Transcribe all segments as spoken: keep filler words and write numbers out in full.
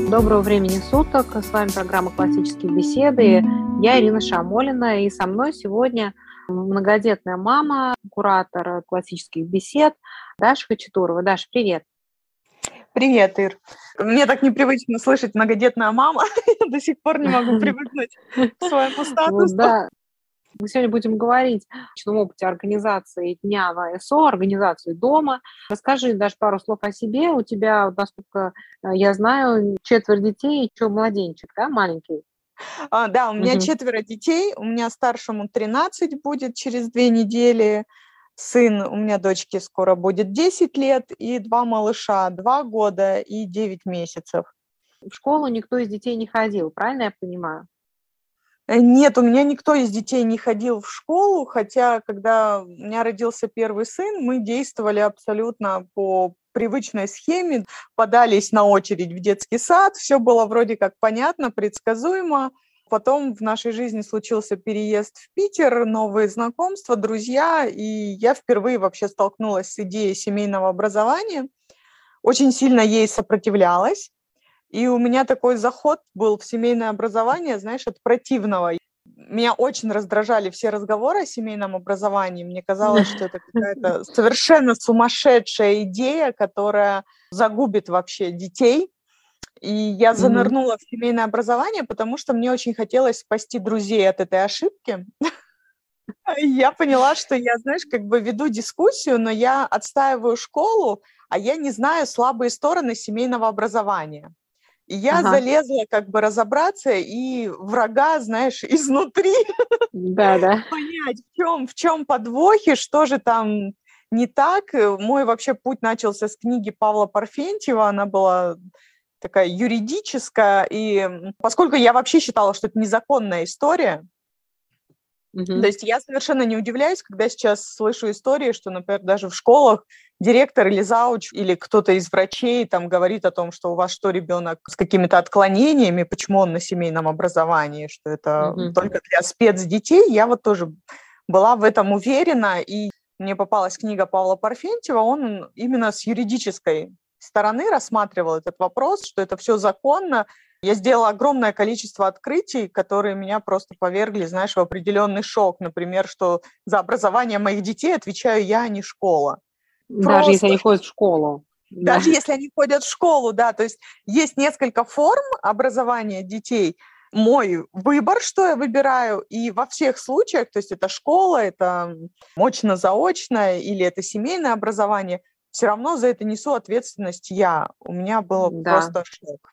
Доброго времени суток. С вами программа «Классические беседы». Я Ирина Шамолина, и со мной сегодня многодетная мама, куратор классических бесед Даша Хачатурова. Даша, привет. Привет, Ир. Мне так непривычно слышать многодетная мама. Я до сих пор не могу привыкнуть к своему статусу. Да. Мы сегодня будем говорить о личном опыте организации Дня ВСО, организации дома. Расскажи, Даш, пару слов о себе. У тебя, насколько я знаю, четверо детей, еще младенчик, да, маленький? А, да, у меня Мгм. четверо детей. У меня старшему тринадцать будет через две недели. Сын, у меня дочке скоро будет десять лет. И два малыша, два года и девять месяцев. В школу никто из детей не ходил, правильно я понимаю? Нет, у меня никто из детей не ходил в школу, хотя, когда у меня родился первый сын, мы действовали абсолютно по привычной схеме, подались на очередь в детский сад, все было вроде как понятно, предсказуемо. Потом в нашей жизни случился переезд в Питер, новые знакомства, друзья, и я впервые вообще столкнулась с идеей семейного образования, очень сильно ей сопротивлялась. И у меня такой заход был в семейное образование, знаешь, от противного. Меня очень раздражали все разговоры о семейном образовании. Мне казалось, что это какая-то совершенно сумасшедшая идея, которая загубит вообще детей. И я Мгм. занырнула в семейное образование, потому что мне очень хотелось спасти друзей от этой ошибки. И я поняла, что я, знаешь, как бы веду дискуссию, но я отстаиваю школу, а я не знаю слабые стороны семейного образования. И я Ага, залезла как бы разобраться и врага, знаешь, изнутри да-да. понять, в чем, в чем подвохи, что же там не так. Э, Мой вообще путь начался с книги Павла Парфентьева, она была такая юридическая, и м, поскольку я вообще считала, что это незаконная история, то Мгм. есть я совершенно не удивляюсь, когда сейчас слышу истории, что, например, даже в школах директор или зауч, или кто-то из врачей там говорит о том, что у вас что, ребенок с какими-то отклонениями, почему он на семейном образовании, что это Мгм. только для спецдетей. Я вот тоже была в этом уверена, и мне попалась книга Павла Парфентьева, он именно с юридической стороны рассматривал этот вопрос, что это все законно. Я сделала огромное количество открытий, которые меня просто повергли, знаешь, в определенный шок. Например, что за образование моих детей отвечаю я, а не школа. Даже если Просто, они ходят в школу. Да. даже если они ходят в школу, да, то есть есть несколько форм образования детей. Мой выбор, что я выбираю, и во всех случаях, то есть это школа, это очно-заочное или это семейное образование, все равно за это несу ответственность я. У меня был Да. просто шок.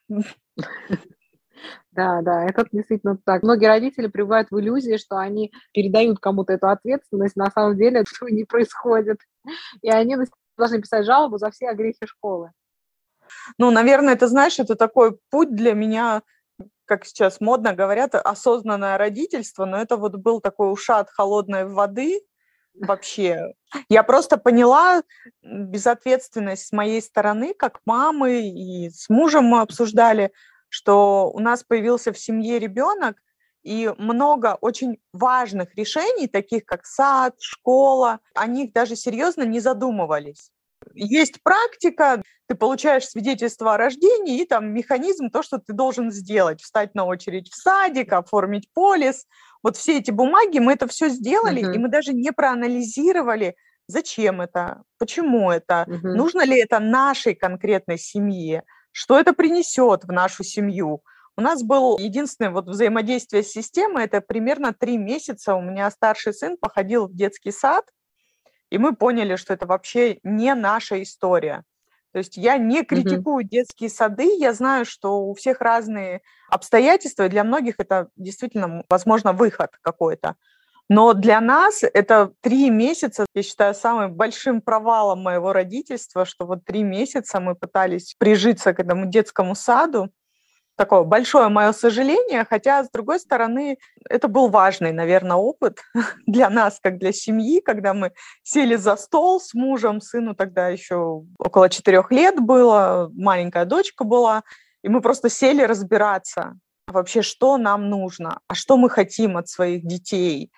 Да, да, это действительно так. Многие родители пребывают в иллюзии, что они передают кому-то эту ответственность, на самом деле этого не происходит. И они на себя должны писать жалобу за все огрехи школы. Ну, наверное, ты знаешь, это такой путь для меня, как сейчас модно говорят, осознанное родительство, но это вот был такой ушат холодной воды вообще. Я просто поняла м, безответственность с моей стороны, как мамы, и с мужем мы обсуждали, что у нас появился в семье ребенок, и много очень важных решений, таких как сад, школа, о них даже серьезно не задумывались. Есть практика, ты получаешь свидетельство о рождении и там механизм, то, что ты должен сделать, встать на очередь в садик, оформить полис. Вот все эти бумаги, мы это все сделали, и Мгм, мы даже не проанализировали, зачем это, почему это, мгм. нужно ли это нашей конкретной семье, что это принесет в нашу семью. У нас был единственное вот взаимодействие с системой, это примерно три месяца у меня старший сын походил в детский сад, и мы поняли, что это вообще не наша история. То есть я не Мгм. критикую детские сады, я знаю, что у всех разные обстоятельства, и для многих это действительно, возможно, выход какой-то. Но для нас это три месяца, я считаю, самым большим провалом моего родительства, что вот три месяца мы пытались прижиться к этому детскому саду. Такое большое мое сожаление, хотя, с другой стороны, это был важный, наверное, опыт для нас, как для семьи, когда мы сели за стол с мужем, сыну тогда еще около четырех лет было, маленькая дочка была, и мы просто сели разбираться вообще, что нам нужно, а что мы хотим от своих детей,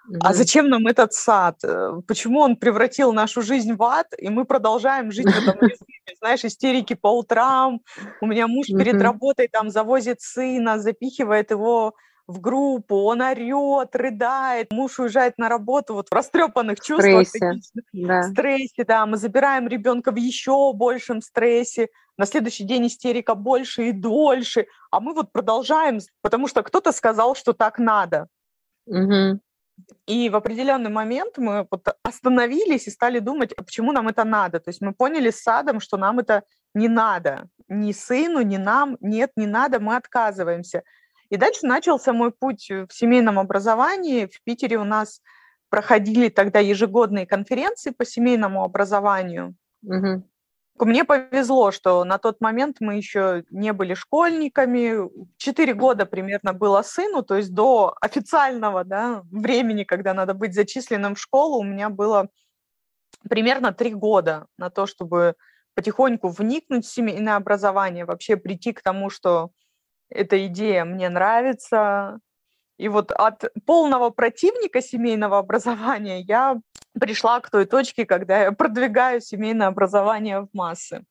А Мгм. зачем нам этот сад? Э, Почему он превратил нашу жизнь в ад, и мы продолжаем жить в этом режиме? Знаешь, истерики по утрам. У меня муж перед Мгм. работой там завозит сына, запихивает его в группу, он орет, рыдает. Муж уезжает на работу вот в растрепанных В чувствах, стрессе, таких, в да. стрессе, да. Мы забираем ребенка в еще большем стрессе. На следующий день истерика больше и дольше. А мы вот продолжаем, потому что кто-то сказал, что так надо. Мгм. И в определенный момент мы вот остановились и стали думать, а почему нам это надо. То есть мы поняли с садом, что нам это не надо. Ни сыну, ни нам. Нет, не надо, мы отказываемся. И дальше начался мой путь в семейном образовании. В Питере у нас проходили тогда ежегодные конференции по семейному образованию. Мгм. Мне повезло, что на тот момент мы еще не были школьниками. Четыре года примерно было сыну, то есть до официального, да, времени, когда надо быть зачисленным в школу, у меня было примерно три года на то, чтобы потихоньку вникнуть в семейное образование, вообще прийти к тому, что эта идея мне нравится. И вот от полного противника семейного образования я пришла к той точке, когда я продвигаю семейное образование в массы.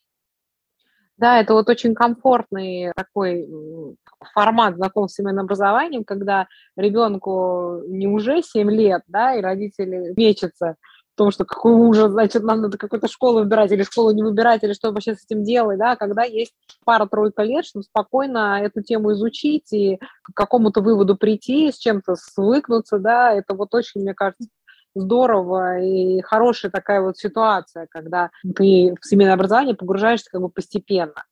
Да, это вот очень комфортный такой, м, формат знакомств с семейным образованием, когда ребенку не уже семь лет, да, и родители мечутся в том, что какой ужас, значит, нам надо какую-то школу выбирать или школу не выбирать, или что вообще с этим делать, да, когда есть пара-тройка лет, чтобы спокойно эту тему изучить и к какому-то выводу прийти, с чем-то свыкнуться, да, это вот очень, мне кажется, здорово и хорошая такая вот ситуация, когда ты в семейное образование погружаешься как бы постепенно.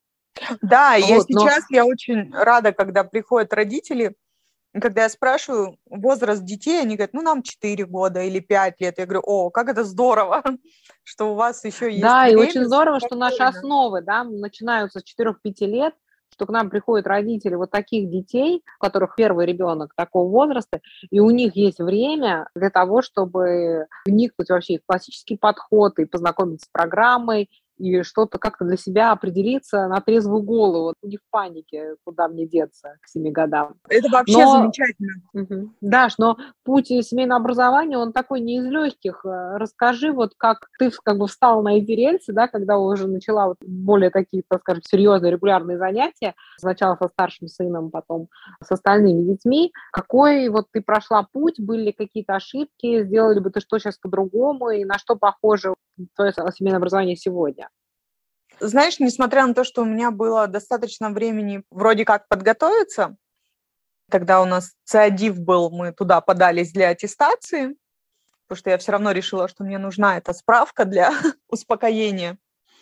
Да, и я Вот, но сейчас, я очень рада, когда приходят родители, и когда я спрашиваю возраст детей, они говорят, ну, нам четыре года или пять лет. Я говорю, о, как это здорово, что у вас еще есть да, и очень время здорово, что наши спокойно. основы, да, начинаются с четырёх-пяти лет, что к нам приходят родители вот таких детей, у которых первый ребенок такого возраста, и у них есть время для того, чтобы вникнуть вообще и в классический подход, и познакомиться с программой, и что-то как-то для себя определиться на трезвую голову, не в панике, куда мне деться к семи годам. Это вообще Но замечательно. Мгм. Даш, но путь э, семейного образования, он такой не из легких. Э, Расскажи, вот как ты в- как бы встала на эти рельсы, да, когда уже начала вот более такие, так скажем, серьезные регулярные занятия, сначала со старшим сыном, потом с остальными детьми. Какой вот ты прошла путь, были ли какие-то ошибки, сделали бы ты что сейчас по-другому, и на что похоже твое семейное образование сегодня? Знаешь, несмотря на то, что у меня было достаточно времени вроде как подготовиться, тогда у нас ЦАДИВ был, мы туда подались для аттестации, потому что я все равно решила, что мне нужна эта справка для успокоения.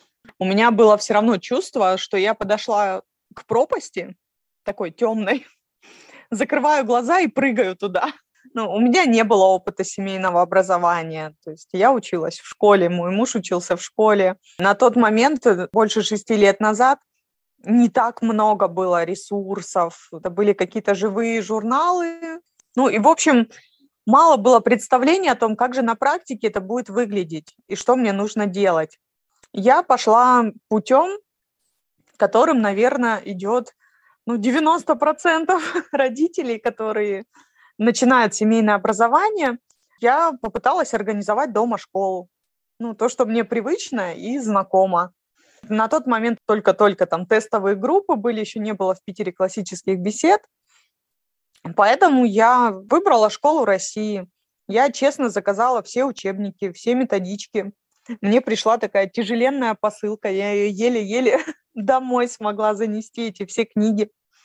У меня было все равно чувство, что я подошла к пропасти такой темной, закрываю глаза и прыгаю туда. Ну, у меня не было опыта семейного образования, то есть я училась в школе, мой муж учился в школе. На тот момент, э, больше шести лет назад, не так много было ресурсов, это были какие-то живые журналы. Ну и, в общем, мало было представления о том, как же на практике это будет выглядеть и что мне нужно делать. Я пошла путем, которым, наверное, идет ну, девяносто процентов родителей, которые начинают семейное образование. Я попыталась организовать дома школу. Ну, то, что мне привычно и знакомо. На тот момент только-только там тестовые группы были, еще не было в Питере классических бесед. Поэтому я выбрала школу России. Я честно заказала все учебники, все методички. Мне пришла такая тяжеленная посылка, я ее еле-еле домой смогла занести, эти все книги.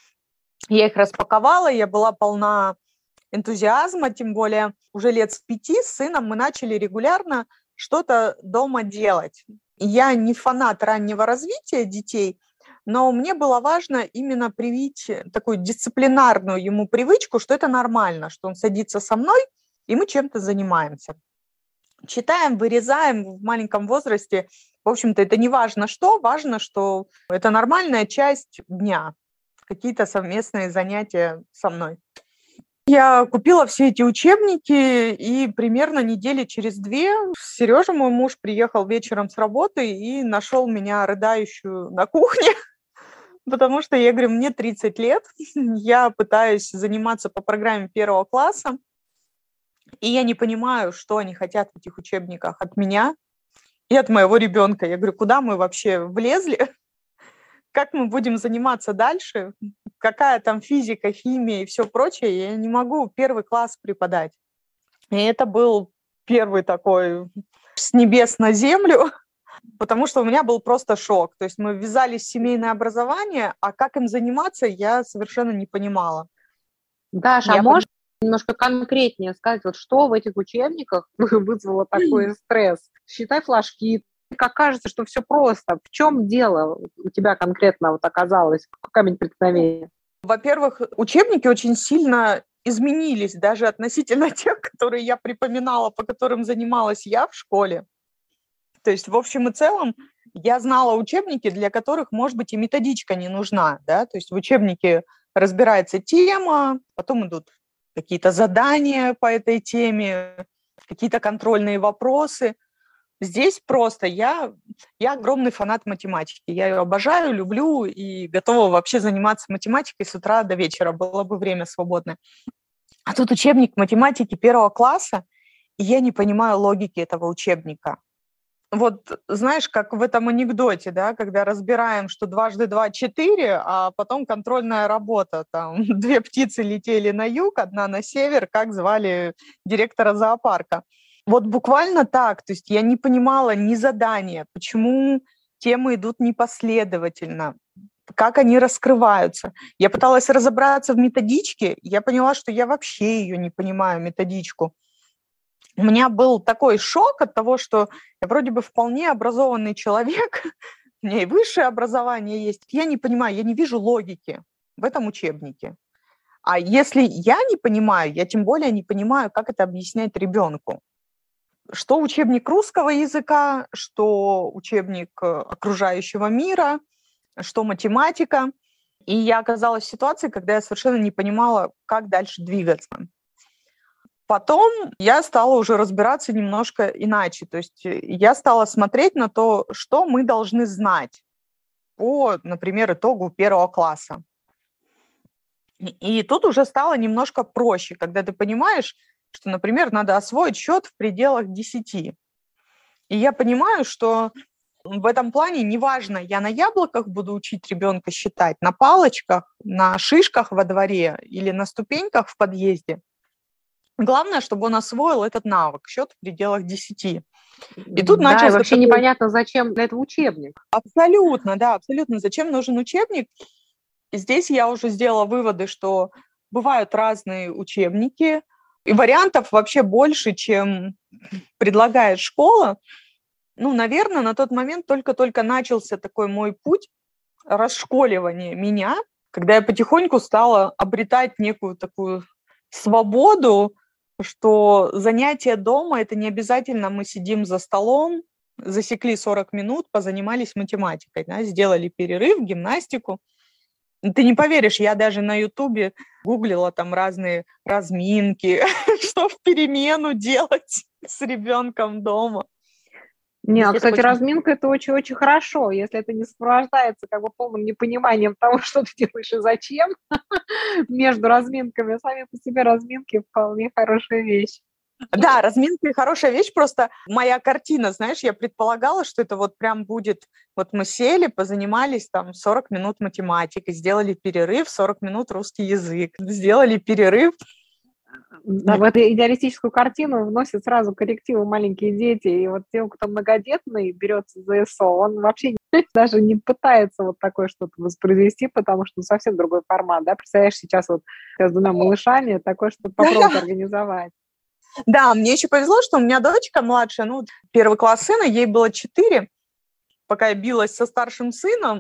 Я их распаковала, я была полна энтузиазма, тем более уже лет с пяти с сыном мы начали регулярно что-то дома делать. Я не фанат раннего развития детей, но мне было важно именно привить такую дисциплинарную ему привычку, что это нормально, что он садится со мной, и мы чем-то занимаемся. Читаем, вырезаем в маленьком возрасте. В общем-то, это не важно что, важно, что это нормальная часть дня, какие-то совместные занятия со мной. Я купила все эти учебники, и примерно недели через две Сережа, мой муж, приехал вечером с работы и нашел меня рыдающую на кухне, потому что я говорю, мне тридцать лет, я пытаюсь заниматься по программе первого класса, И я не понимаю, что они хотят в этих учебниках от меня и от моего ребенка. Я говорю, куда мы вообще влезли? Как мы будем заниматься дальше? Какая там физика, химия и все прочее? Я не могу первый класс преподать. И это был первый такой с небес на землю, потому что у меня был просто шок. То есть мы ввязались в семейное образование, а как им заниматься, я совершенно не понимала. Даша, а Я можешь немножко конкретнее сказать, вот что в этих учебниках вызвало такой стресс? Считай флажки. Как кажется, что все просто. В чем дело у тебя конкретно вот оказалось? Камень преткновения. Во-первых, учебники очень сильно изменились даже относительно тех, которые я припоминала, по которым занималась я в школе. То есть, в общем и целом, я знала учебники, для которых, может быть, и методичка не нужна, да, то есть в учебнике разбирается тема, потом идут какие-то задания по этой теме, какие-то контрольные вопросы. Здесь просто я, я огромный фанат математики. Я ее обожаю, люблю и готова вообще заниматься математикой с утра до вечера, было бы время свободное. А тут учебник математики первого класса, и я не понимаю логики этого учебника. Вот знаешь, как в этом анекдоте, да, когда разбираем, что дважды два – четыре, а потом контрольная работа, там, две птицы летели на юг, одна на север, как звали директора зоопарка. Вот буквально так, то есть я не понимала ни задания, почему темы идут непоследовательно, как они раскрываются. Я пыталась разобраться в методичке, я поняла, что я вообще ее не понимаю, методичку. У меня был такой шок от того, что я вроде бы вполне образованный человек, у меня и высшее образование есть. Я не понимаю, я не вижу логики в этом учебнике. А если я не понимаю, я тем более не понимаю, как это объяснять ребенку. Что учебник русского языка, что учебник окружающего мира, что математика. И я оказалась в ситуации, когда я совершенно не понимала, как дальше двигаться. Потом я стала уже разбираться немножко иначе. То есть я стала смотреть на то, что мы должны знать по, например, итогу первого класса. И тут уже стало немножко проще, когда ты понимаешь, что, например, надо освоить счет в пределах десяти. И я понимаю, что в этом плане неважно, я на яблоках буду учить ребенка считать, на палочках, на шишках во дворе или на ступеньках в подъезде. Главное, чтобы он освоил этот навык, счет в пределах десяти. И тут да, начался и вообще такой... непонятно, зачем для этого учебник. Абсолютно, да, абсолютно. Зачем нужен учебник? И здесь я уже сделала выводы, что бывают разные учебники, и вариантов вообще больше, чем предлагает школа. Ну, наверное, на тот момент только-только начался такой мой путь расшколивания меня, когда я потихоньку стала обретать некую такую свободу, что занятия дома – это не обязательно мы сидим за столом, засекли сорок минут, позанимались математикой, да, сделали перерыв, гимнастику. Ты не поверишь, я даже на Ютубе гуглила там разные разминки, что в перемену делать с ребенком дома. Не, кстати, очень... разминка – это очень-очень хорошо, если это не сопровождается как бы полным непониманием того, что ты делаешь и зачем между разминками. Сами по себе разминки вполне хорошая вещь. Да, разминка – хорошая вещь, просто моя картина, знаешь, я предполагала, что это вот прям будет, вот мы сели, позанимались там сорок минут математикой, сделали перерыв, сорок минут русский язык, сделали перерыв. Да, в эту идеалистическую картину вносят сразу коррективы маленькие дети, и вот те, кто многодетный, берется за ЭСО, он вообще даже не пытается вот такое что-то воспроизвести, потому что совсем другой формат, да, представляешь, сейчас вот с двумя малышами такое что-то попробовать организовать. Да, мне еще повезло, что у меня дочка младшая, ну, первый класс сына, ей было четыре, пока я билась со старшим сыном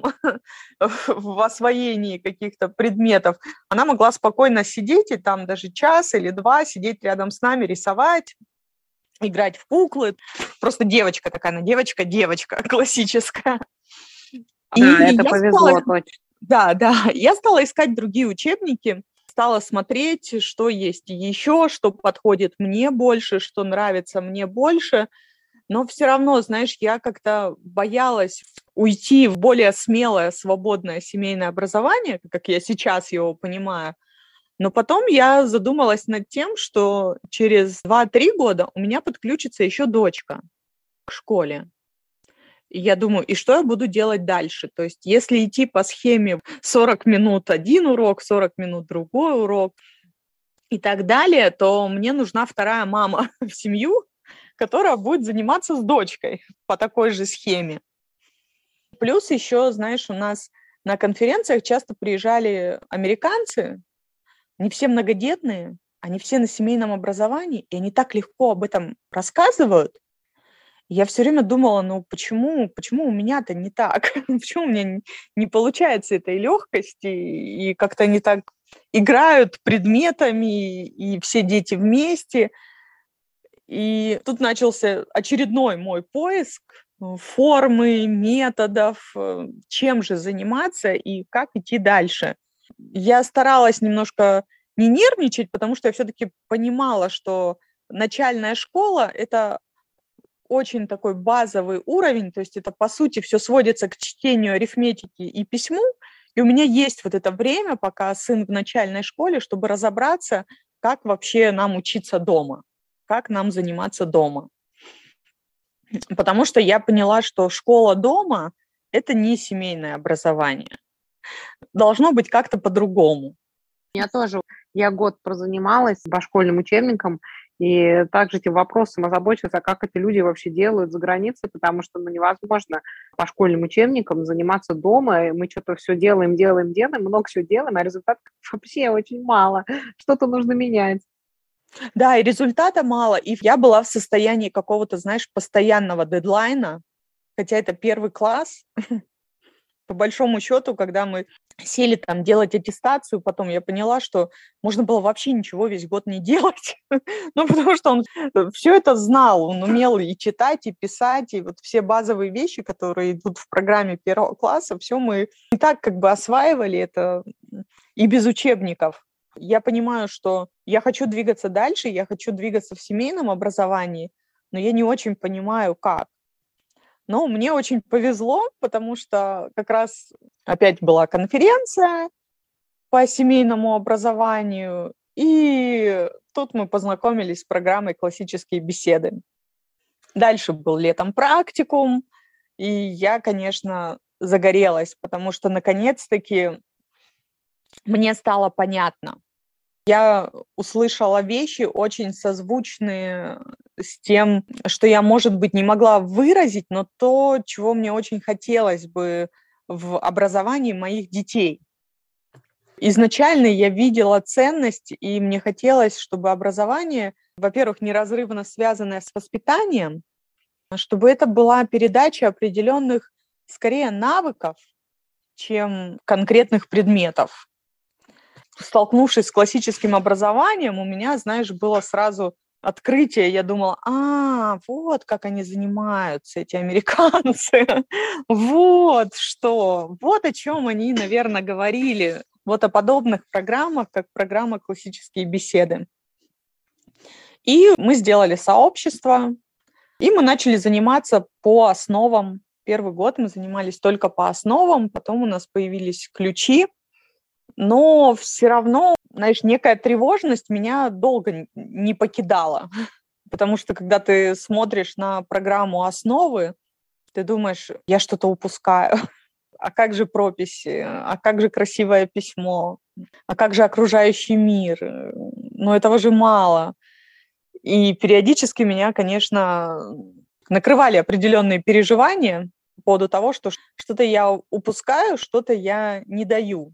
в освоении каких-то предметов, она могла спокойно сидеть и там даже час или два сидеть рядом с нами, рисовать, играть в куклы. Просто девочка такая, она девочка-девочка классическая. Да, и это повезло стала... точно. Да, да, я стала искать другие учебники, стала смотреть, что есть еще, что подходит мне больше, что нравится мне больше. Но все равно, знаешь, я как-то боялась уйти в более смелое, свободное семейное образование, как я сейчас его понимаю, Но потом я задумалась над тем, что через два-три года у меня подключится еще дочка к школе. И я думаю, и что я буду делать дальше? То есть если идти по схеме сорок минут один урок, сорок минут другой урок и так далее, то мне нужна вторая мама в семью, которая будет заниматься с дочкой по такой же схеме. Плюс еще, знаешь, у нас на конференциях часто приезжали американцы, не все многодетные, они все на семейном образовании, и они так легко об этом рассказывают. Я все время думала, ну почему, почему у меня-то не так? Почему у меня не, не получается этой легкости, и как-то они так играют предметами, и все дети вместе. И тут начался очередной мой поиск э, формы, методов, э, чем же заниматься и как идти дальше. Я старалась немножко не нервничать, потому что я все-таки понимала, что начальная школа – это очень такой базовый уровень, то есть это, по сути, все сводится к чтению, арифметике и письму, и у меня есть вот это время, пока сын в начальной школе, чтобы разобраться, как вообще нам учиться дома, как нам заниматься дома. Потому что я поняла, что школа дома – это не семейное образование. Должно быть как-то по-другому. Я тоже, я год прозанималась по школьным учебникам, и также этим вопросом озабочилась, а как эти люди вообще делают за границей, потому что ну, невозможно по школьным учебникам заниматься дома, и мы что-то все делаем, делаем, делаем, много всего делаем, а результатов вообще очень мало, что-то нужно менять. Да, и результата мало, и я была в состоянии какого-то, знаешь, постоянного дедлайна, хотя это первый класс. По большому счету, когда мы сели там делать аттестацию, потом я поняла, что можно было вообще ничего весь год не делать, ну, потому что он все это знал, он умел и читать, и писать, и вот все базовые вещи, которые идут в программе первого класса, все мы и так как бы осваивали это и без учебников. Я понимаю, что я хочу двигаться дальше, я хочу двигаться в семейном образовании, но я не очень понимаю, как. Ну, мне очень повезло, потому что как раз опять была конференция по семейному образованию, и тут мы познакомились с программой «Классические беседы». Дальше был летом практикум, и я, конечно, загорелась, потому что наконец-таки мне стало понятно. Я услышала вещи очень созвучные с тем, что я, может быть, не могла выразить, но то, чего мне очень хотелось бы в образовании моих детей. Изначально я видела ценность, и мне хотелось, чтобы образование, во-первых, неразрывно связанное с воспитанием, чтобы это была передача определенных, скорее, навыков, чем конкретных предметов. Столкнувшись с классическим образованием, у меня, знаешь, было сразу открытие. Я думала, а, вот как они занимаются, эти американцы. Вот что, вот о чем они, наверное, говорили. Вот о подобных программах, как программа «Классические беседы». И мы сделали сообщество, и мы начали заниматься по основам. Первый год мы занимались только по основам, потом у нас появились ключи. Но все равно, знаешь, некая тревожность меня долго не покидала, потому что когда ты смотришь на программу «Основы», ты думаешь, я что-то упускаю. А как же прописи? А как же красивое письмо? А как же окружающий мир? Ну, этого же мало. И периодически меня, конечно, накрывали определенные переживания по поводу того, что что-то я упускаю, что-то я не даю.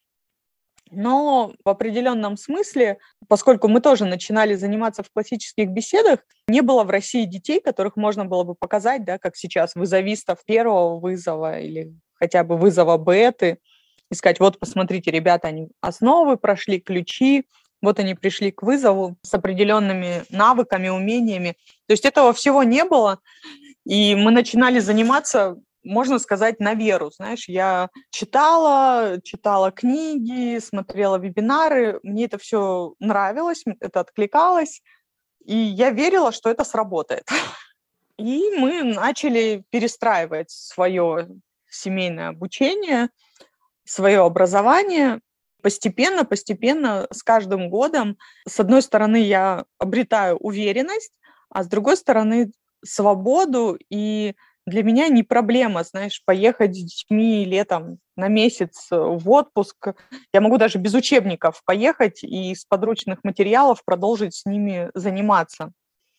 Но в определенном смысле, поскольку мы тоже начинали заниматься в классических беседах, не было в России детей, которых можно было бы показать, да, как сейчас вызовистов первого вызова или хотя бы вызова беты, и сказать, вот посмотрите, ребята, они основы прошли, ключи, вот они пришли к вызову с определенными навыками, умениями. То есть этого всего не было, и мы начинали заниматься, можно сказать, на веру. Знаешь, я читала, читала книги, смотрела вебинары, мне это все нравилось, это откликалось, и я верила, что это сработает. И мы начали перестраивать свое семейное обучение, свое образование. Постепенно, постепенно, с каждым годом, с одной стороны, я обретаю уверенность, а с другой стороны, свободу. И для меня не проблема, знаешь, поехать с детьми летом на месяц в отпуск. Я могу даже без учебников поехать и из подручных материалов продолжить с ними заниматься.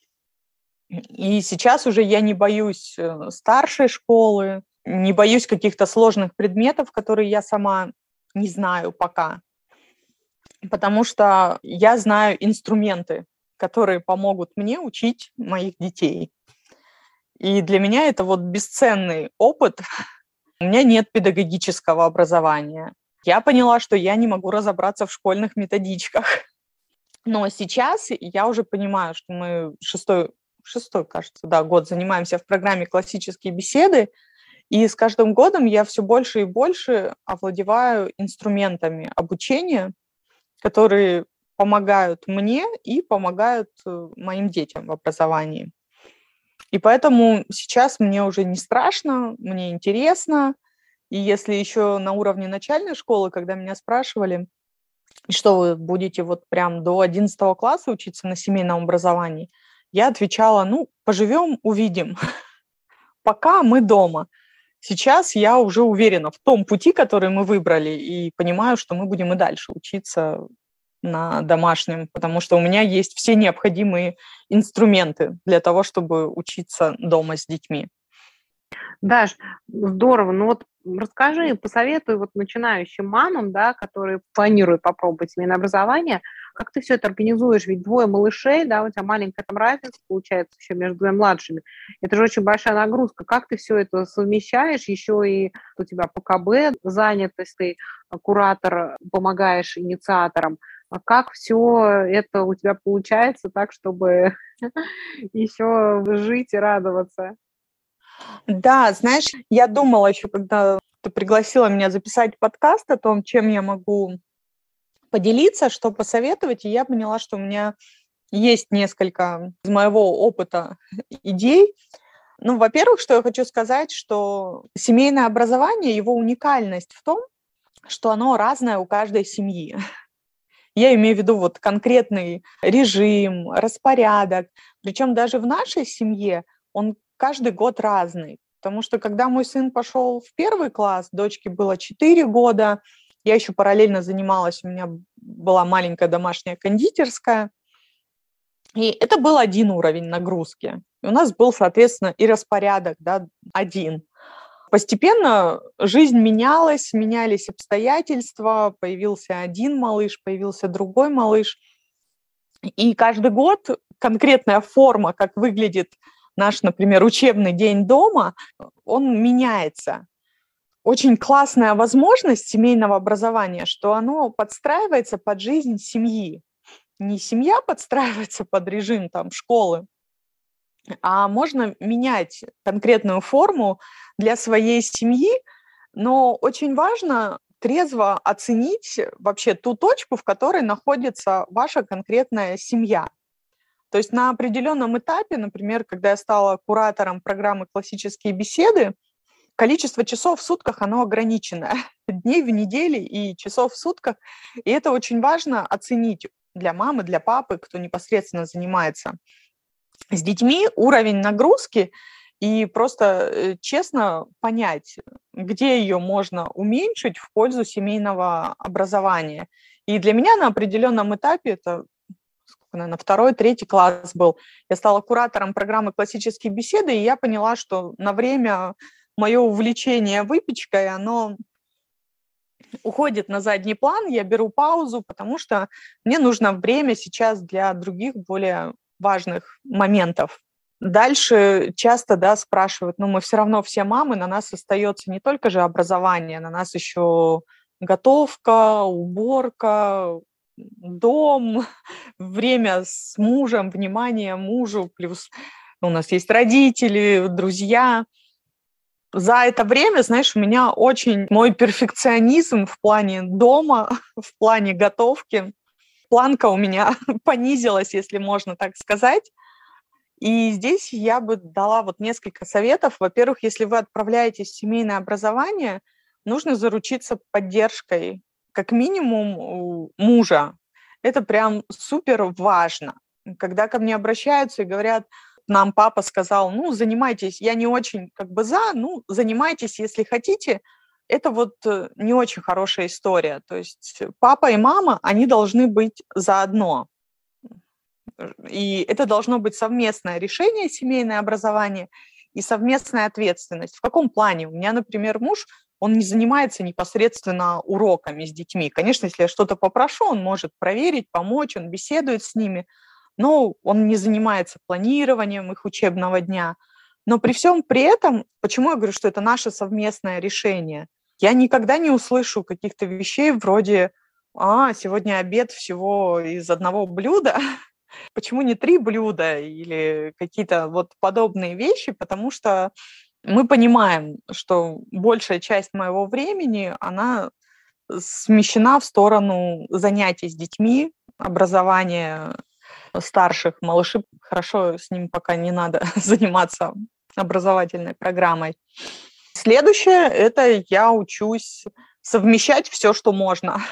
И сейчас уже я не боюсь старшей школы, не боюсь каких-то сложных предметов, которые я сама не знаю пока, потому что я знаю инструменты, которые помогут мне учить моих детей. И для меня это вот бесценный опыт. У меня нет педагогического образования. Я поняла, что я не могу разобраться в школьных методичках. Но сейчас я уже понимаю, что мы шестой, шестой, кажется, да, год занимаемся в программе «Классические беседы», и с каждым годом я все больше и больше овладеваю инструментами обучения, которые помогают мне и помогают моим детям в образовании. И поэтому сейчас мне уже не страшно, мне интересно. И если еще на уровне начальной школы, когда меня спрашивали, что вы будете вот прям до одиннадцатого класса учиться на семейном образовании, я отвечала, ну, поживем, увидим. Пока мы дома. Сейчас я уже уверена в том пути, который мы выбрали, и понимаю, что мы будем и дальше учиться на домашнем, потому что у меня есть все необходимые инструменты для того, чтобы учиться дома с детьми. Даш, здорово. Ну вот расскажи, посоветуй вот начинающим мамам, да, которые планируют попробовать семейное образование, как ты все это организуешь? Ведь двое малышей, да, у тебя маленькая там разница получается еще между двумя младшими. Это же очень большая нагрузка. Как ты все это совмещаешь? Еще и у тебя по ка бэ занятость, ты куратор, помогаешь инициаторам. А как все это у тебя получается так, чтобы еще жить и радоваться? Да, знаешь, я думала еще, когда ты пригласила меня записать подкаст о том, чем я могу поделиться, что посоветовать, и я поняла, что у меня есть несколько из моего опыта идей. Ну, во-первых, что я хочу сказать, что семейное образование, его уникальность в том, что оно разное у каждой семьи. Я имею в виду вот конкретный режим, распорядок. Причем даже в нашей семье он каждый год разный. Потому что когда мой сын пошел в первый класс, дочке было четыре года, я еще параллельно занималась, у меня была маленькая домашняя кондитерская. И это был один уровень нагрузки. И у нас был, соответственно, и распорядок, да, один. Постепенно жизнь менялась, менялись обстоятельства, появился один малыш, появился другой малыш. И каждый год конкретная форма, как выглядит наш, например, учебный день дома, он меняется. Очень классная возможность семейного образования, что оно подстраивается под жизнь семьи. Не семья подстраивается под режим там, школы, а можно менять конкретную форму для своей семьи, но очень важно трезво оценить вообще ту точку, в которой находится ваша конкретная семья. То есть на определенном этапе, например, когда я стала куратором программы «Классические беседы», количество часов в сутках, оно ограниченное. Дней в неделе и часов в сутках. И это очень важно оценить для мамы, для папы, кто непосредственно занимается с детьми, уровень нагрузки и просто честно понять, где ее можно уменьшить в пользу семейного образования. И для меня на определенном этапе, это, наверное, второй, третий класс был, я стала куратором программы «Классические беседы», и я поняла, что на время мое увлечение выпечкой, оно уходит на задний план, я беру паузу, потому что мне нужно время сейчас для других более важных моментов. Дальше часто, да, спрашивают, ну, мы все равно все мамы, на нас остается не только же образование, на нас еще готовка, уборка, дом, время с мужем, внимание мужу, плюс у нас есть родители, друзья. За это время, знаешь, у меня очень мой перфекционизм в плане дома, в плане готовки, планка у меня понизилась, если можно так сказать. И здесь я бы дала вот несколько советов. Во-первых, если вы отправляетесь в семейное образование, нужно заручиться поддержкой как минимум у мужа. Это прям супер важно. Когда ко мне обращаются и говорят, нам папа сказал, ну, занимайтесь, я не очень как бы за, ну, занимайтесь, если хотите. Это вот э, не очень хорошая история. То есть папа и мама, они должны быть заодно. И это должно быть совместное решение, семейное образование и совместная ответственность. В каком плане? У меня, например, муж, он не занимается непосредственно уроками с детьми. Конечно, если я что-то попрошу, он может проверить, помочь, он беседует с ними, но он не занимается планированием их учебного дня. Но при всем при этом, почему я говорю, что это наше совместное решение? Я никогда не услышу каких-то вещей вроде «А, сегодня обед всего из одного блюда». Почему не три блюда или какие-то вот подобные вещи? Потому что мы понимаем, что большая часть моего времени, она смещена в сторону занятий с детьми, образования старших. Малыши, хорошо, с ними пока не надо заниматься образовательной программой. Следующее – это я учусь совмещать все, что можно.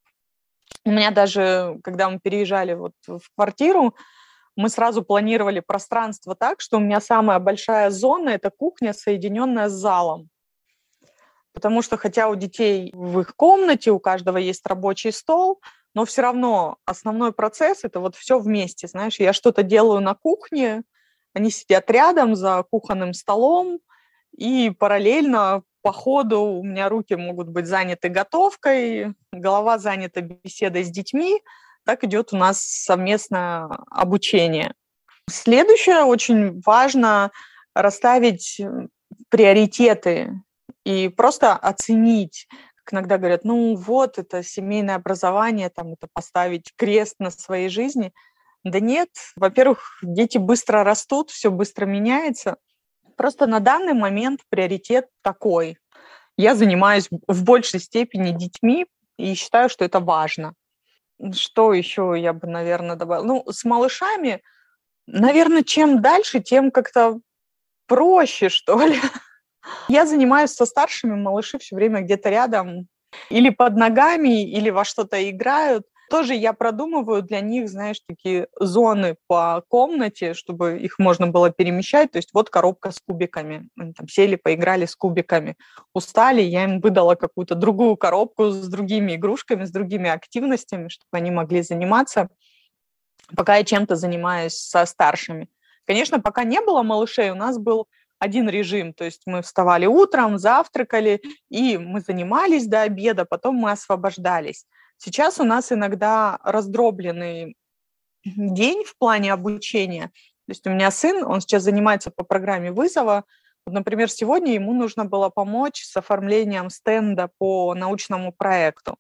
У меня даже, когда мы переезжали вот в квартиру, мы сразу планировали пространство так, что у меня самая большая зона – это кухня, соединенная с залом. Потому что хотя у детей в их комнате у каждого есть рабочий стол, но все равно основной процесс – это вот все вместе. Знаешь, я что-то делаю на кухне, они сидят рядом за кухонным столом, и параллельно по ходу у меня руки могут быть заняты готовкой, голова занята беседой с детьми. Так идет у нас совместное обучение. Следующее, очень важно расставить приоритеты и просто оценить. Как иногда говорят, ну вот, это семейное образование, там, это поставить крест на своей жизни. Да нет, во-первых, дети быстро растут, все быстро меняется. Просто на данный момент приоритет такой. Я занимаюсь в большей степени детьми и считаю, что это важно. Что еще я бы, наверное, добавила? Ну, с малышами, наверное, чем дальше, тем как-то проще, что ли. Я занимаюсь со старшими, малыши все время где-то рядом, или под ногами, или во что-то играют. Тоже я продумываю для них, знаешь, такие зоны по комнате, чтобы их можно было перемещать. То есть вот коробка с кубиками. Они там сели, поиграли с кубиками. Устали, я им выдала какую-то другую коробку с другими игрушками, с другими активностями, чтобы они могли заниматься, пока я чем-то занимаюсь со старшими. Конечно, пока не было малышей, у нас был один режим, то есть мы вставали утром, завтракали, и мы занимались до обеда, потом мы освобождались. Сейчас у нас иногда раздробленный день в плане обучения. То есть у меня сын, он сейчас занимается по программе вызова. Вот, например, сегодня ему нужно было помочь с оформлением стенда по научному проекту.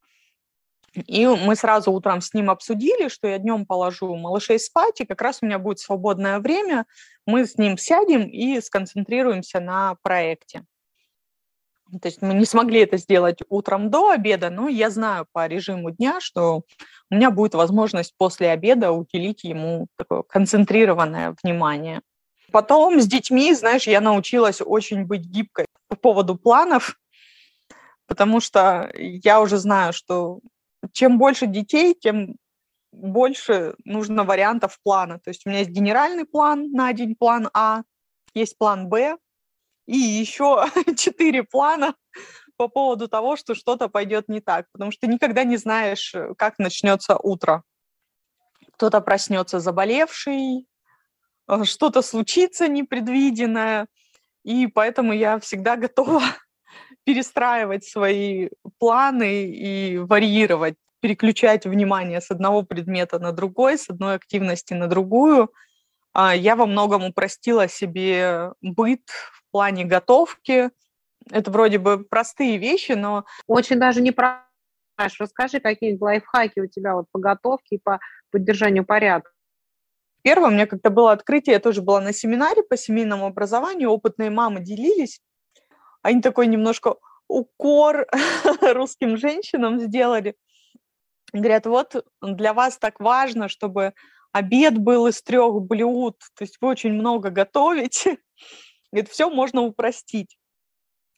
И мы сразу утром с ним обсудили, что я днем положу малышей спать, и как раз у меня будет свободное время, мы с ним сядем и сконцентрируемся на проекте. То есть мы не смогли это сделать утром до обеда, но я знаю по режиму дня, что у меня будет возможность после обеда уделить ему такое концентрированное внимание. Потом с детьми, знаешь, я научилась очень быть гибкой по поводу планов, потому что я уже знаю, что чем больше детей, тем больше нужно вариантов плана. То есть у меня есть генеральный план на день, план А, есть план Б, и еще четыре плана по поводу того, что что-то пойдет не так, потому что ты никогда не знаешь, как начнется утро. Кто-то проснется заболевший, что-то случится непредвиденное, и поэтому я всегда готова перестраивать свои планы и варьировать, переключать внимание с одного предмета на другой, с одной активности на другую. Я во многом упростила себе быт в плане готовки. Это вроде бы простые вещи, но... Очень даже не про... Расскажи, какие лайфхаки у тебя вот по готовке и по поддержанию порядка. Первое, у меня как-то было открытие, я тоже была на семинаре по семейному образованию, опытные мамы делились. Они такой немножко укор русским женщинам сделали. Говорят, вот для вас так важно, чтобы обед был из трех блюд, то есть вы очень много готовите. Говорит, все можно упростить.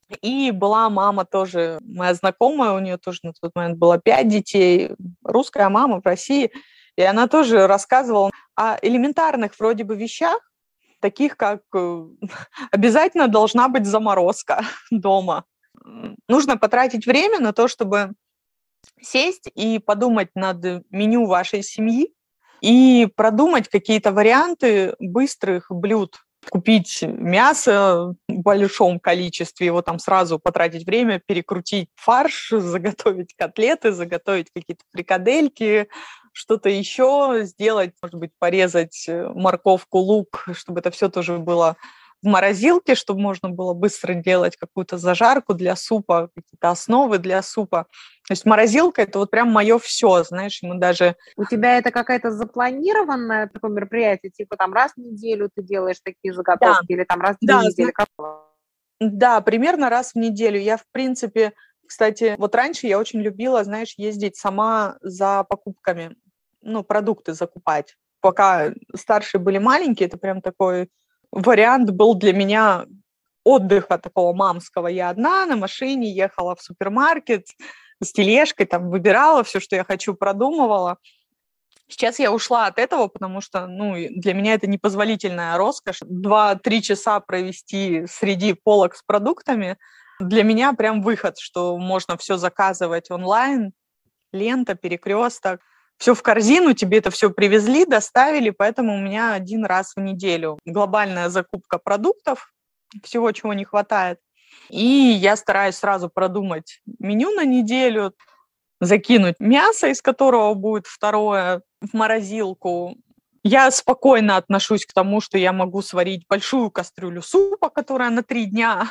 И была мама тоже, моя знакомая, у нее тоже на тот момент было пять детей, русская мама в России, и она тоже рассказывала о элементарных вроде бы вещах, таких как э, обязательно должна быть заморозка дома. М, Нужно потратить время на то, чтобы сесть и подумать над меню вашей семьи и продумать какие-то варианты быстрых блюд. Купить мясо в большом количестве, его там сразу потратить время, перекрутить фарш, заготовить котлеты, заготовить какие-то фрикадельки, что-то еще сделать, может быть, порезать э, морковку, лук, чтобы это все тоже было в морозилке, чтобы можно было быстро делать какую-то зажарку для супа, какие-то основы для супа. То есть морозилка – это вот прям мое все, знаешь, мы даже… У тебя это какое-то запланированное такое мероприятие, типа там раз в неделю ты делаешь такие Да, заготовки или там раз в две да, недели? зна- Как? да, примерно раз в неделю. Я, в принципе, кстати, вот раньше я очень любила, знаешь, ездить сама за покупками, ну, продукты закупать. Пока старшие были маленькие, это прям такой вариант был для меня отдыха такого мамского. Я одна на машине ехала в супермаркет с тележкой, там выбирала все, что я хочу, продумывала. Сейчас я ушла от этого, потому что, ну, и для меня это непозволительная роскошь. Два-три часа провести среди полок с продуктами для меня прям выход, что можно все заказывать онлайн, лента, перекресток, все в корзину, тебе это все привезли, доставили, поэтому у меня один раз в неделю глобальная закупка продуктов, всего, чего не хватает. И я стараюсь сразу продумать меню на неделю, закинуть мясо, из которого будет второе, в морозилку. Я спокойно отношусь к тому, что я могу сварить большую кастрюлю супа, которая на три дня.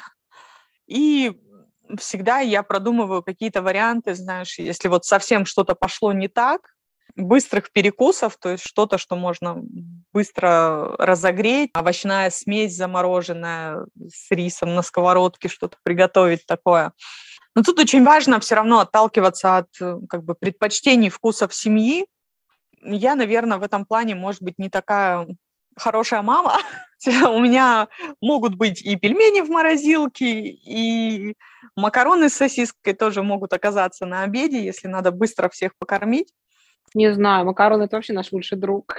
И всегда я продумываю какие-то варианты, знаешь, если вот совсем что-то пошло не так, быстрых перекусов, то есть что-то, что можно быстро разогреть, овощная смесь замороженная с рисом на сковородке, что-то приготовить такое. Но тут очень важно все равно отталкиваться от э, как бы предпочтений, вкусов семьи. Я, наверное, в этом плане, может быть, не такая хорошая мама. У меня могут быть и пельмени в морозилке, и макароны с сосиской тоже могут оказаться на обеде, если надо быстро всех покормить. Не знаю, макароны – это вообще наш лучший друг.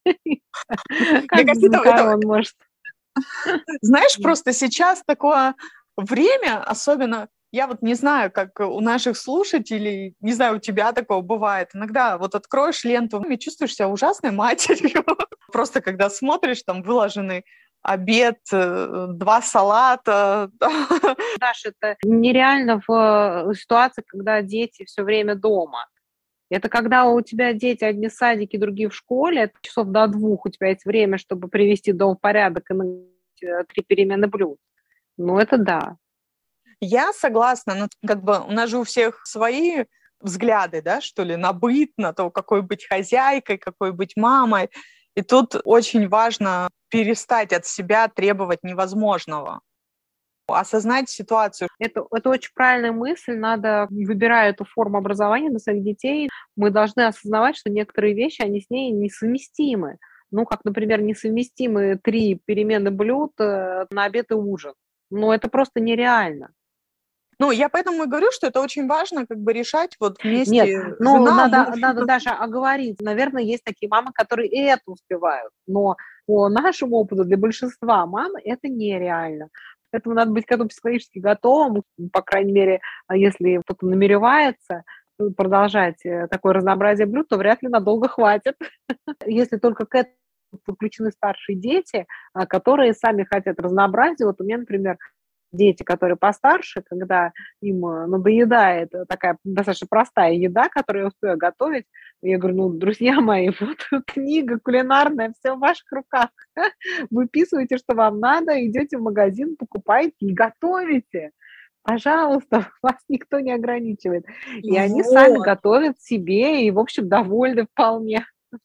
Мне Как без кажется, это, это, макарон может? знаешь, просто сейчас такое время, особенно, я вот не знаю, как у наших слушателей, не знаю, у тебя такого бывает. Иногда вот откроешь ленту и чувствуешь себя ужасной матерью. Просто когда смотришь, там выложенный обед, э, два салата. Даш, это нереально в э, ситуации, когда дети все время дома. Это когда у тебя дети одни в садике, другие в школе, это часов до двух у тебя есть время, чтобы привести дом в порядок и на э, три перемены блюд. Ну, это да. Я согласна, но как бы у нас же у всех свои взгляды, да, что ли, на быт, на то, какой быть хозяйкой, какой быть мамой. И тут очень важно перестать от себя требовать невозможного, осознать ситуацию. Это, это очень правильная мысль. Надо, выбирая эту форму образования для своих детей, мы должны осознавать, что некоторые вещи, они с ней несовместимы. Ну, как, например, несовместимы три перемены блюд э, на обед и ужин. Ну, это просто нереально. Ну, я поэтому и говорю, что это очень важно как бы решать вот Нет, вместе ну, жена, надо, муж. надо даже оговорить. Наверное, есть такие мамы, которые и это успевают. Но по нашему опыту для большинства мам это нереально. Поэтому надо быть к этому психологически готовым, по крайней мере, а если кто-то намеревается продолжать э, такое разнообразие блюд, то вряд ли надолго хватит. Если только к этому подключены старшие дети, а, которые сами хотят разнообразия. Вот у меня, например, дети, которые постарше, когда им э, надоедает э, такая достаточно простая еда, которую я успею готовить, я говорю, ну, друзья мои, вот книга кулинарная, все в ваших руках. Выписывайте, что вам надо, идете в магазин, покупаете и готовите. Пожалуйста, вас никто не ограничивает. И они сами Вот. готовят себе и, в общем, довольны вполне.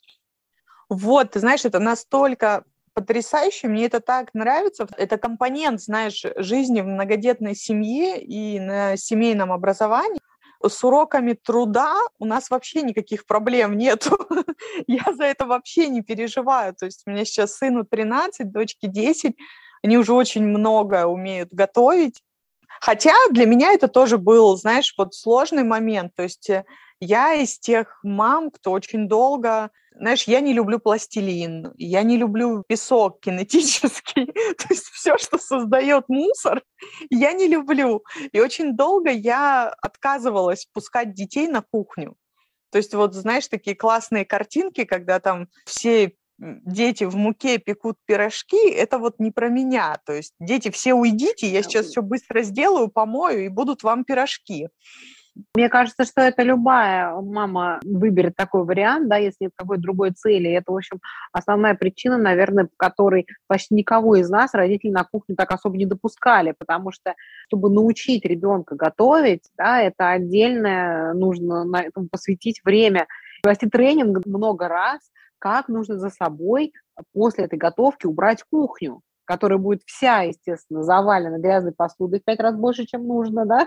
Вот, ты знаешь, это настолько потрясающе, мне это так нравится. Это компонент, знаешь, жизни в многодетной семье и на семейном образовании. С уроками труда у нас вообще никаких проблем нету. Я за это вообще не переживаю. То есть у меня сейчас сыну тринадцать, дочке десять. Они уже очень много умеют готовить. Хотя для меня это тоже был, знаешь, вот сложный момент. То есть э, я из тех мам, кто очень долго... Знаешь, я не люблю пластилин, я не люблю песок кинетический. То есть все, что создает мусор, я не люблю. И очень долго я отказывалась пускать детей на кухню. То есть вот, знаешь, такие классные картинки, когда там все дети в муке пекут пирожки, это вот не про меня. То есть дети, все уйдите, я сейчас все быстро сделаю, помою, и будут вам пирожки. Мне кажется, что это любая мама выберет такой вариант, да, если нет какой-то другой цели. Это, в общем, основная причина, наверное, по которой почти никого из нас родители на кухню так особо не допускали, потому что, чтобы научить ребенка готовить, да, это отдельное, нужно на этом посвятить время, вести тренинг много раз, как нужно за собой после этой готовки убрать кухню, которая будет вся, естественно, завалена грязной посудой в пять раз больше, чем нужно, да?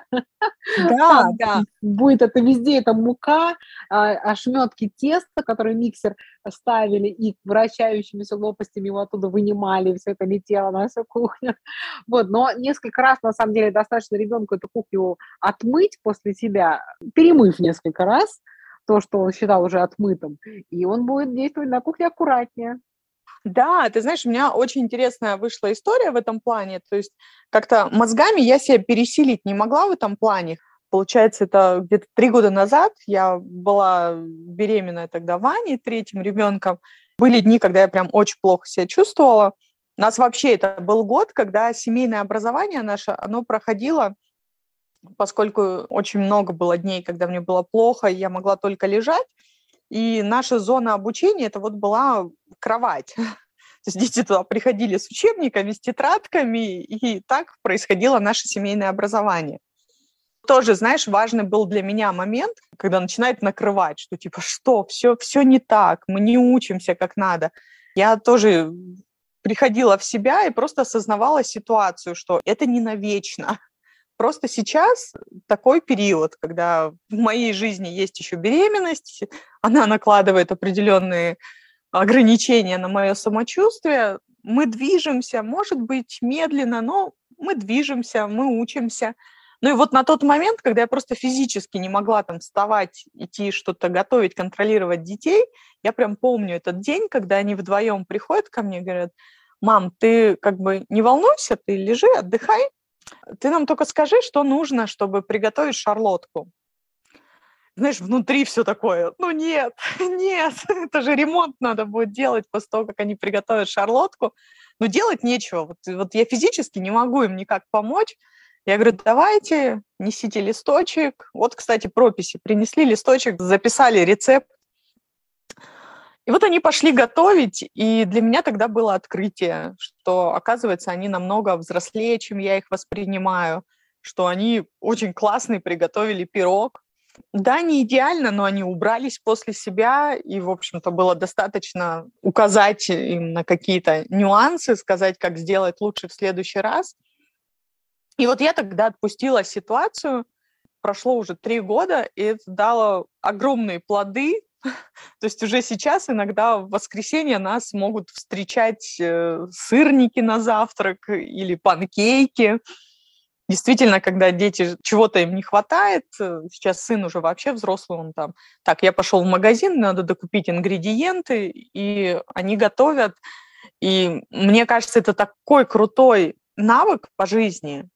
Да, Там да. будет это везде, это мука, а, ошметки теста, которые миксер ставили, и вращающимися лопастями его оттуда вынимали, и все это летело на всю кухню. Вот, но несколько раз, на самом деле, достаточно ребенку эту кухню отмыть после себя, перемыв несколько раз, то, что он считал уже отмытым, и он будет действовать на кухне аккуратнее. Да, ты знаешь, у меня очень интересная вышла история в этом плане. То есть как-то мозгами я себя пересилить не могла в этом плане. Получается, это где-то три года назад я была беременная тогда Ваней, третьим ребенком. Были дни, когда я прям очень плохо себя чувствовала. У нас вообще это был год, когда семейное образование наше, оно проходило, поскольку очень много было дней, когда мне было плохо, и я могла только лежать. И наша зона обучения, это вот была кровать. То есть дети туда приходили с учебниками, с тетрадками, и так происходило наше семейное образование. Тоже, знаешь, важный был для меня момент, когда начинает накрывать, что типа, что, все, все не так, мы не учимся как надо. Я тоже приходила в себя и просто осознавала ситуацию, что это не навечно. Просто сейчас такой период, когда в моей жизни есть еще беременность, она накладывает определенные ограничения на мое самочувствие. Мы движемся, может быть, медленно, но мы движемся, мы учимся. Ну и вот на тот момент, когда я просто физически не могла там вставать, идти что-то готовить, контролировать детей, я прям помню этот день, когда они вдвоем приходят ко мне и говорят: мам, ты как бы не волнуйся, ты лежи, отдыхай, ты нам только скажи, что нужно, чтобы приготовить шарлотку. Знаешь, внутри все такое: ну нет, нет, это же ремонт надо будет делать после того, как они приготовят шарлотку. Но делать нечего. Вот, вот я физически не могу им никак помочь. Я говорю: давайте, несите листочек. Вот, кстати, прописи. Принесли листочек, записали рецепт. И вот они пошли готовить, и для меня тогда было открытие, что, оказывается, они намного взрослее, чем я их воспринимаю, что они очень классный приготовили пирог. Да, не идеально, но они убрались после себя, и, в общем-то, было достаточно указать им на какие-то нюансы, сказать, как сделать лучше в следующий раз. И вот я тогда отпустила ситуацию, прошло уже три года, и это дало огромные плоды. То есть уже сейчас иногда в воскресенье нас могут встречать э, сырники на завтрак или панкейки. Действительно, когда дети, чего-то им не хватает, э, сейчас сын уже вообще взрослый, он там: так, я пошел в магазин, надо докупить ингредиенты, и они готовят. И мне кажется, это такой крутой навык по жизни,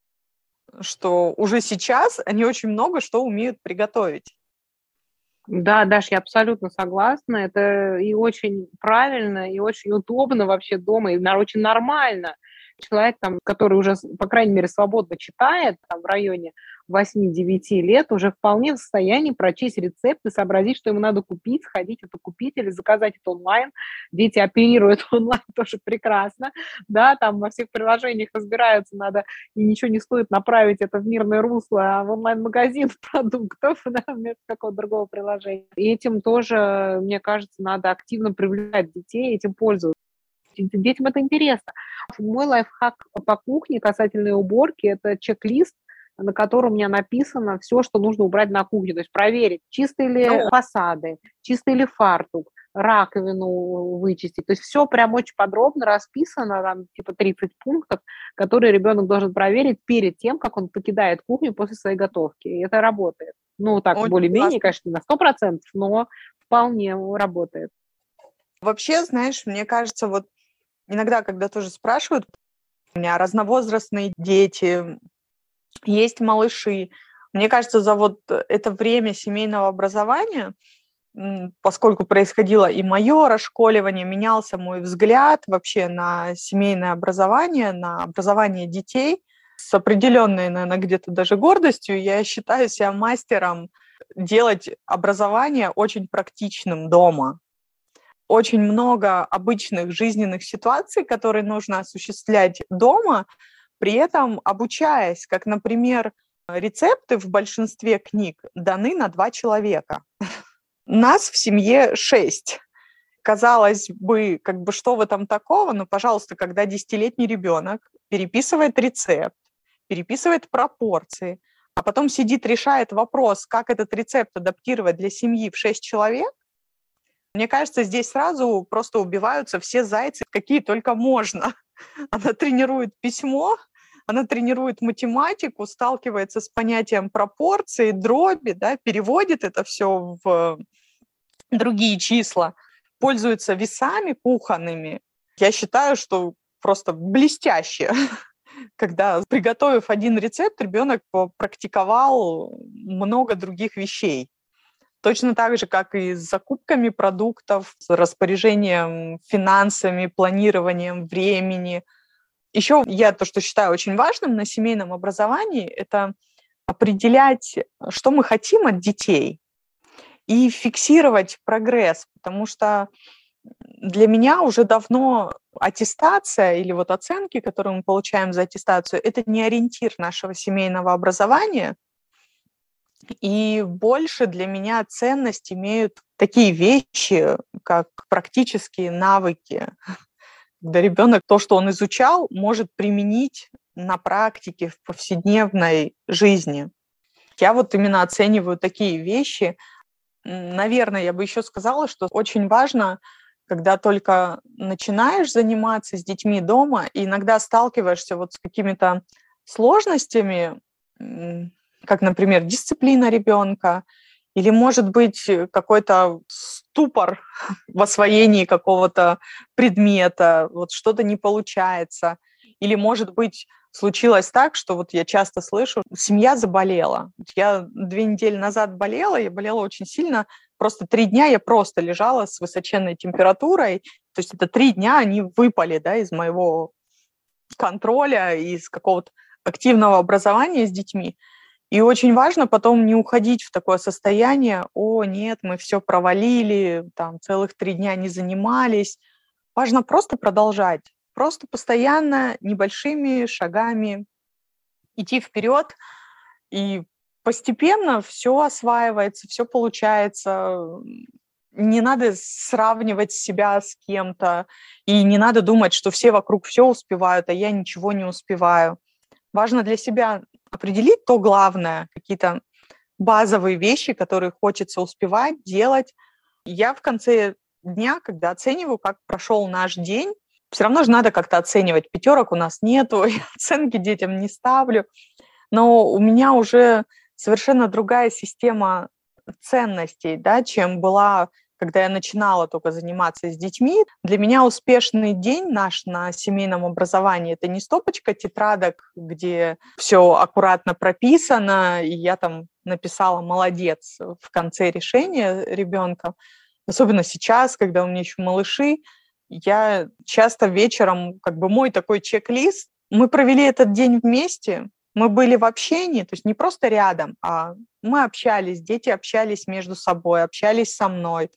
что уже сейчас они очень много что умеют приготовить. Да, Даш, я абсолютно согласна. Это и очень правильно, и очень удобно вообще дома, и на- очень нормально. Человек, там, который уже, с- по крайней мере, свободно читает, там, в районе восьми-девяти лет, уже вполне в состоянии прочесть рецепт и сообразить, что ему надо купить, сходить это купить или заказать это онлайн. Дети оперируют онлайн тоже прекрасно, да, там во всех приложениях разбираются, надо, и ничего не стоит направить это в мирное русло, а в онлайн-магазин продуктов, да, вместо какого-то другого приложения. И этим тоже, мне кажется, надо активно привлекать детей, этим пользоваться. Детям это интересно. Мой лайфхак по кухне касательно уборки – это чек-лист, на котором у меня написано все, что нужно убрать на кухне. То есть проверить, чистые ли Ну, фасады, чистый ли фартук, раковину вычистить. То есть все прям очень подробно расписано, там типа тридцать пунктов, которые ребенок должен проверить перед тем, как он покидает кухню после своей готовки. И это работает. Ну, так, Очень более-менее, классно. конечно, не на сто процентов, но вполне работает. Вообще, знаешь, мне кажется, вот иногда, когда тоже спрашивают, у меня разновозрастные дети, есть малыши. Мне кажется, за вот это время семейного образования, м, поскольку происходило и мое расшколивание, менялся мой взгляд вообще на семейное образование, на образование детей с определенной, наверное, где-то даже гордостью. Я считаю себя мастером делать образование очень практичным дома. Очень много обычных жизненных ситуаций, которые нужно осуществлять дома, при этом обучаясь, как, например, рецепты в большинстве книг даны на два человека. Нас в семье шесть. Казалось бы, как бы что в этом такого, но, пожалуйста, когда десятилетний ребенок переписывает рецепт, переписывает пропорции, а потом сидит, решает вопрос, как этот рецепт адаптировать для семьи в шесть человек, мне кажется, здесь сразу просто убиваются все зайцы, какие только можно. Она тренирует письмо, она тренирует математику, сталкивается с понятием пропорции, дроби, да, переводит это все в другие числа, пользуется весами кухонными. Я считаю, что просто блестяще, когда, приготовив один рецепт, ребенок практиковал много других вещей. Точно так же, как и с закупками продуктов, с распоряжением финансами, планированием времени. Еще я то, что считаю очень важным на семейном образовании, это определять, что мы хотим от детей, и фиксировать прогресс, потому что для меня уже давно аттестация или вот оценки, которые мы получаем за аттестацию, это не ориентир нашего семейного образования. И больше для меня ценность имеют такие вещи, как практические навыки, когда ребенок то, что он изучал, может применить на практике в повседневной жизни. Я вот именно оцениваю такие вещи. Наверное, я бы еще сказала, что очень важно, когда только начинаешь заниматься с детьми дома, и иногда сталкиваешься вот с какими-то сложностями, как, например, дисциплина ребенка, или, может быть, какой-то ступор в освоении какого-то предмета, вот что-то не получается. Или, может быть, случилось так, что вот я часто слышу, семья заболела. Я две недели назад болела, я болела очень сильно, просто три дня я просто лежала с высоченной температурой, то есть это три дня они выпали, да, из моего контроля, из какого-то активного образования с детьми. И очень важно потом не уходить в такое состояние: о, нет, мы все провалили, там целых три дня не занимались. Важно просто продолжать, просто постоянно небольшими шагами идти вперед, и постепенно все осваивается, все получается. Не надо сравнивать себя с кем-то, и не надо думать, что все вокруг все успевают, а я ничего не успеваю. Важно для себя определить то главное, какие-то базовые вещи, которые хочется успевать, делать. Я в конце дня, когда оцениваю, как прошел наш день, все равно же надо как-то оценивать. Пятерок у нас нету, я оценки детям не ставлю. Но у меня уже совершенно другая система ценностей, да, чем была, когда я начинала только заниматься с детьми. Для меня успешный день наш на семейном образовании – это не стопочка тетрадок, где все аккуратно прописано, и я там написала «молодец» в конце решения ребенка. Особенно сейчас, когда у меня еще малыши, я часто вечером, как бы мой такой чек-лист, мы провели этот день вместе, мы были в общении, то есть не просто рядом, а мы общались, дети общались между собой, общались со мной,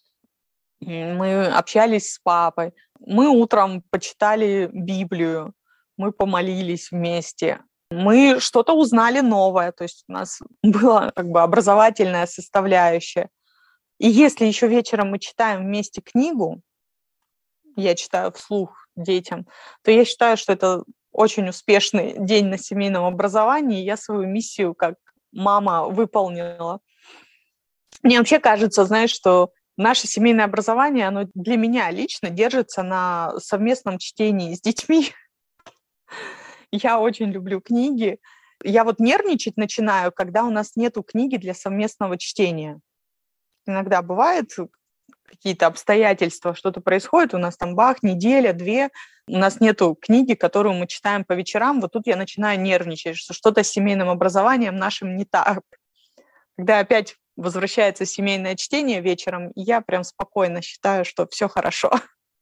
мы общались с папой, мы утром почитали Библию, мы помолились вместе, мы что-то узнали новое, то есть у нас была как бы образовательная составляющая. И если еще вечером мы читаем вместе книгу, я читаю вслух детям, то я считаю, что это очень успешный день на семейном образовании, и я свою миссию как мама выполнила. Мне вообще кажется, знаешь, что Наше семейное образование, оно для меня лично держится на совместном чтении с детьми. Я очень люблю книги. Я вот нервничать начинаю, когда у нас нету книги для совместного чтения. Иногда бывает какие-то обстоятельства, что-то происходит, у нас там бах, неделя, две, у нас нету книги, которую мы читаем по вечерам, вот тут я начинаю нервничать, что что-то с семейным образованием нашим не так. Когда опять возвращается семейное чтение вечером, я прям спокойно считаю, что все хорошо.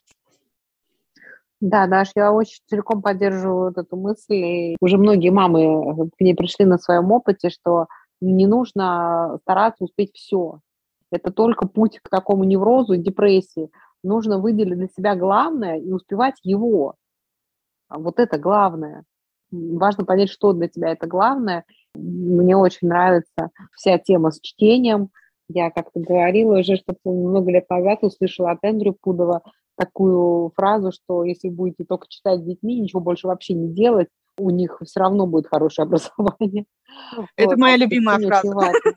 Да, Даш, я очень целиком поддерживаю вот эту мысль. И уже многие мамы к ней пришли на своем опыте, что не нужно стараться успеть все. Это только путь к такому неврозу и депрессии. Нужно выделить для себя главное и успевать его. А вот это главное. М, Важно понять, что для тебя это главное. Мне очень нравится вся тема с чтением. Я как-то говорила уже, что много лет назад услышала от Эндрю Пудова такую фразу, что если будете только читать с детьми, ничего больше вообще не делать, у них все равно будет хорошее образование. Это Вот, моя так что любимая чтение очень фраза. важно.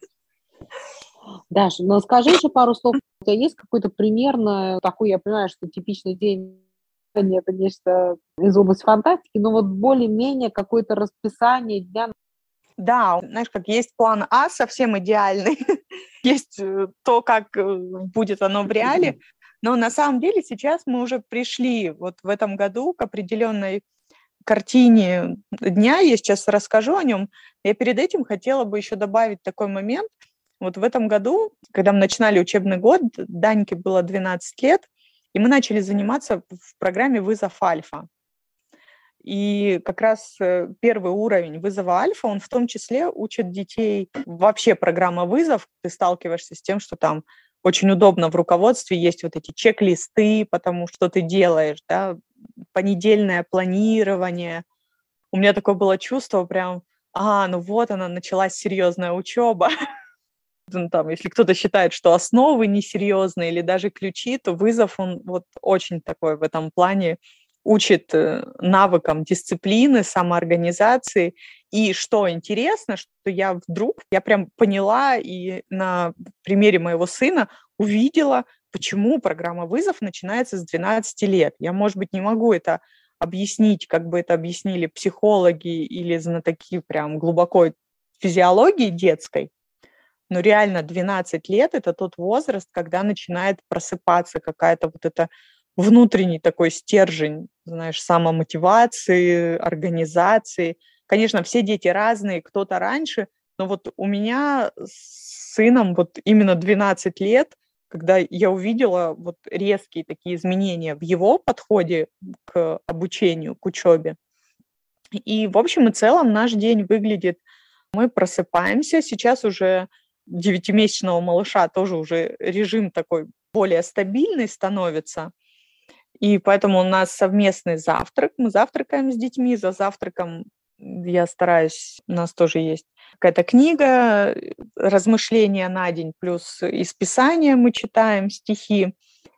Даша, ну скажи еще пару слов. У тебя есть какой-то примерно такой, я понимаю, что типичный день, это нечто из области фантастики, но вот более-менее какое-то расписание дня. Да, знаешь, как есть план А совсем идеальный, есть э, то, как э, будет оно в реале, но на самом деле сейчас мы уже пришли вот в этом году к определенной картине дня, я сейчас расскажу о нем. Я перед этим хотела бы еще добавить такой момент. Вот в этом году, когда мы начинали учебный год, Даньке было двенадцать лет, и мы начали заниматься в программе «Вызов Альфа». И как раз э, первый уровень вызова альфа, он в том числе учит детей. Вообще программа «Вызов», ты сталкиваешься с тем, что там очень удобно в руководстве есть вот эти чек-листы, потому что ты делаешь, да, понедельное планирование. У меня такое было чувство прям, а, ну вот она, началась серьезная учеба. Ну, там, если кто-то считает, что основы несерьезные или даже ключи, то «Вызов», он вот очень такой в этом плане учит э, навыкам дисциплины, самоорганизации. И что интересно, что я вдруг, я прям поняла и на примере моего сына увидела, почему программа «Вызов» начинается с двенадцати лет. Я, может быть, не могу это объяснить, как бы это объяснили психологи или знатоки прям глубокой физиологии детской, но реально двенадцать лет – это тот возраст, когда начинает просыпаться какая-то вот эта внутренний такой стержень, знаешь, самомотивации, организации. Конечно, все дети разные, кто-то раньше, но вот у меня с сыном вот именно двенадцать лет, когда я увидела вот резкие такие изменения в его подходе к обучению, к учебе. И в общем и целом наш день выглядит, мы просыпаемся, сейчас уже девятимесячного малыша тоже уже режим такой более стабильный становится, и поэтому у нас совместный завтрак. Мы завтракаем с детьми. За завтраком я стараюсь, у нас тоже есть какая-то книга, размышления на день, плюс из Писания мы читаем стихи.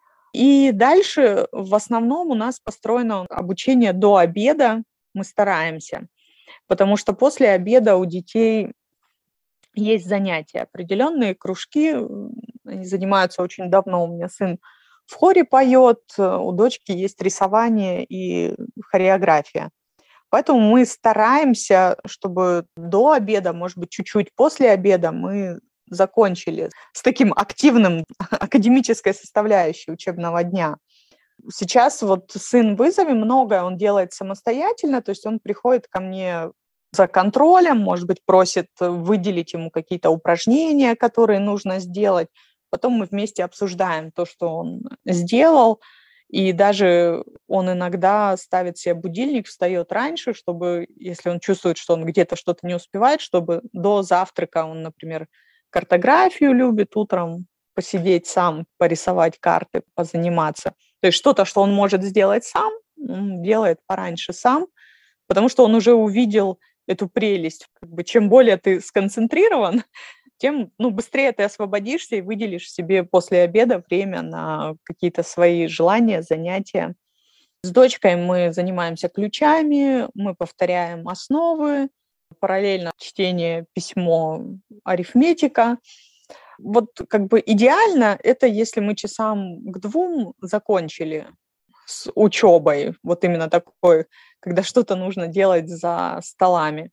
И дальше в основном у нас построено обучение до обеда. Мы стараемся, потому что после обеда у детей есть занятия, определенные кружки, они занимаются очень давно. У меня сын в хоре поет, у дочки есть рисование и хореография. Поэтому мы стараемся, чтобы до обеда, может быть, чуть-чуть после обеда мы закончили с таким активным академической составляющей учебного дня. Сейчас вот сын в вызове, многое он делает самостоятельно, то есть он приходит ко мне за контролем, может быть, просит выделить ему какие-то упражнения, которые нужно сделать. Потом мы вместе обсуждаем то, что он сделал, и даже он иногда ставит себе будильник, встает раньше, чтобы, если он чувствует, что он где-то что-то не успевает, чтобы до завтрака он, например, картографию любит утром посидеть сам, порисовать карты, позаниматься. То есть что-то, что он может сделать сам, он делает пораньше сам, потому что он уже увидел эту прелесть. Как бы, чем более ты сконцентрирован, тем ну, быстрее ты освободишься и выделишь себе после обеда время на какие-то свои желания, занятия. С дочкой мы занимаемся ключами, мы повторяем основы, параллельно чтение, письмо, арифметика. Вот как бы идеально это если мы часам к двум закончили с учебой, вот именно такой, когда что-то нужно делать за столами.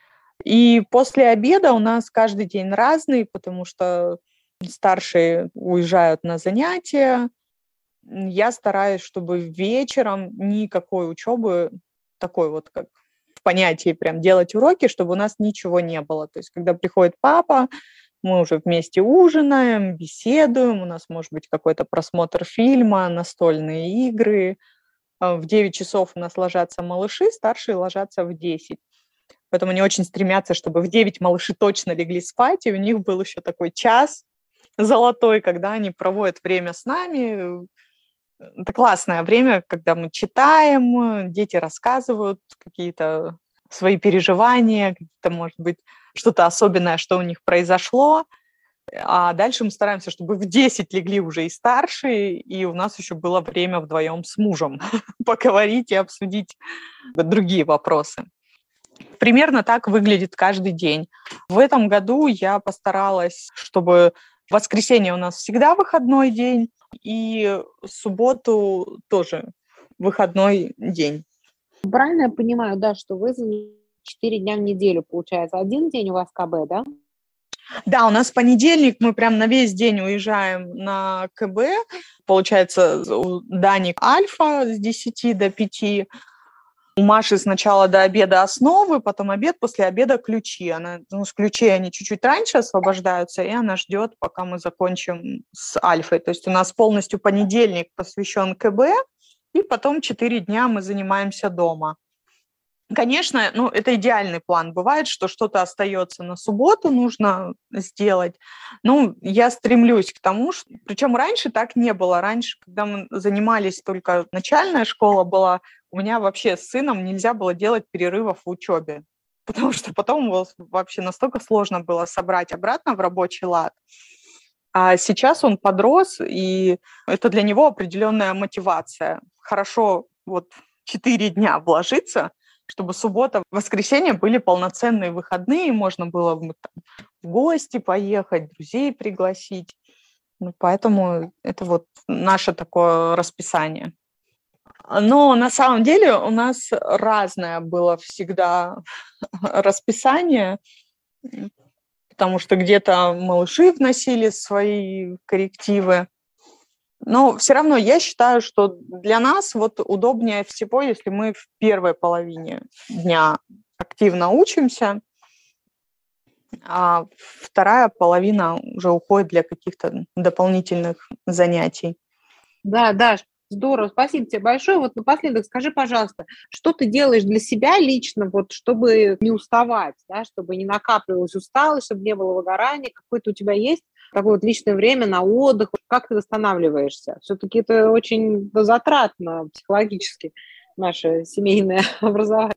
И после обеда у нас каждый день разный, потому что старшие уезжают на занятия. Я стараюсь, чтобы вечером никакой учебы, такой вот как в понятии прям делать уроки, чтобы у нас ничего не было. То есть когда приходит папа, мы уже вместе ужинаем, беседуем, у нас может быть какой-то просмотр фильма, настольные игры. В девять часов у нас ложатся малыши, старшие ложатся в десять. Поэтому они очень стремятся, чтобы в девять малыши точно легли спать, и у них был еще такой час золотой, когда они проводят время с нами. Это классное время, когда мы читаем, дети рассказывают какие-то свои переживания, какие-то, может быть, что-то особенное, что у них произошло. А дальше мы стараемся, чтобы в десять легли уже и старшие, и у нас еще было время вдвоем с мужем поговорить и обсудить другие вопросы. Примерно так выглядит каждый день. В этом году я постаралась, чтобы воскресенье у нас всегда выходной день, и субботу тоже выходной день. Правильно я понимаю, да, что вы четыре дня в неделю, получается, один день у вас КБ, да? Да, у нас в понедельник мы прям на весь день уезжаем на КБ. Получается, у Дани Альфа с десяти до пяти. У Маши сначала до обеда основы, потом обед, после обеда ключи. Она, ну, с ключей они чуть-чуть раньше освобождаются, и она ждет, пока мы закончим с Альфой. То есть у нас полностью понедельник посвящен КБ, и потом четыре дня мы занимаемся дома. Конечно, ну, это идеальный план. Бывает, что что-то остается на субботу, нужно сделать. Ну, я стремлюсь к тому, что... Причем раньше так не было. Раньше, когда мы занимались, только начальная школа была, у меня вообще с сыном нельзя было делать перерывов в учебе, потому что потом его вообще настолько сложно было собрать обратно в рабочий лад. А сейчас он подрос, и это для него определенная мотивация. Хорошо вот четыре дня вложиться, чтобы суббота, воскресенье были полноценные выходные, можно было бы там в гости поехать, друзей пригласить. Ну, поэтому это вот наше такое расписание. Но на самом деле у нас разное было всегда расписание, потому что где-то малыши вносили свои коррективы. Но все равно я считаю, что для нас вот удобнее всего, если мы в первой половине дня активно учимся, а вторая половина уже уходит для каких-то дополнительных занятий. Да, Даш, здорово, спасибо тебе большое. Вот напоследок скажи, пожалуйста, что ты делаешь для себя лично, вот, чтобы не уставать, да, чтобы не накапливалась усталость, чтобы не было выгорания, какое-то у тебя есть такое вот личное время на отдых, как ты восстанавливаешься? Все-таки это очень затратно психологически, наше семейное образование.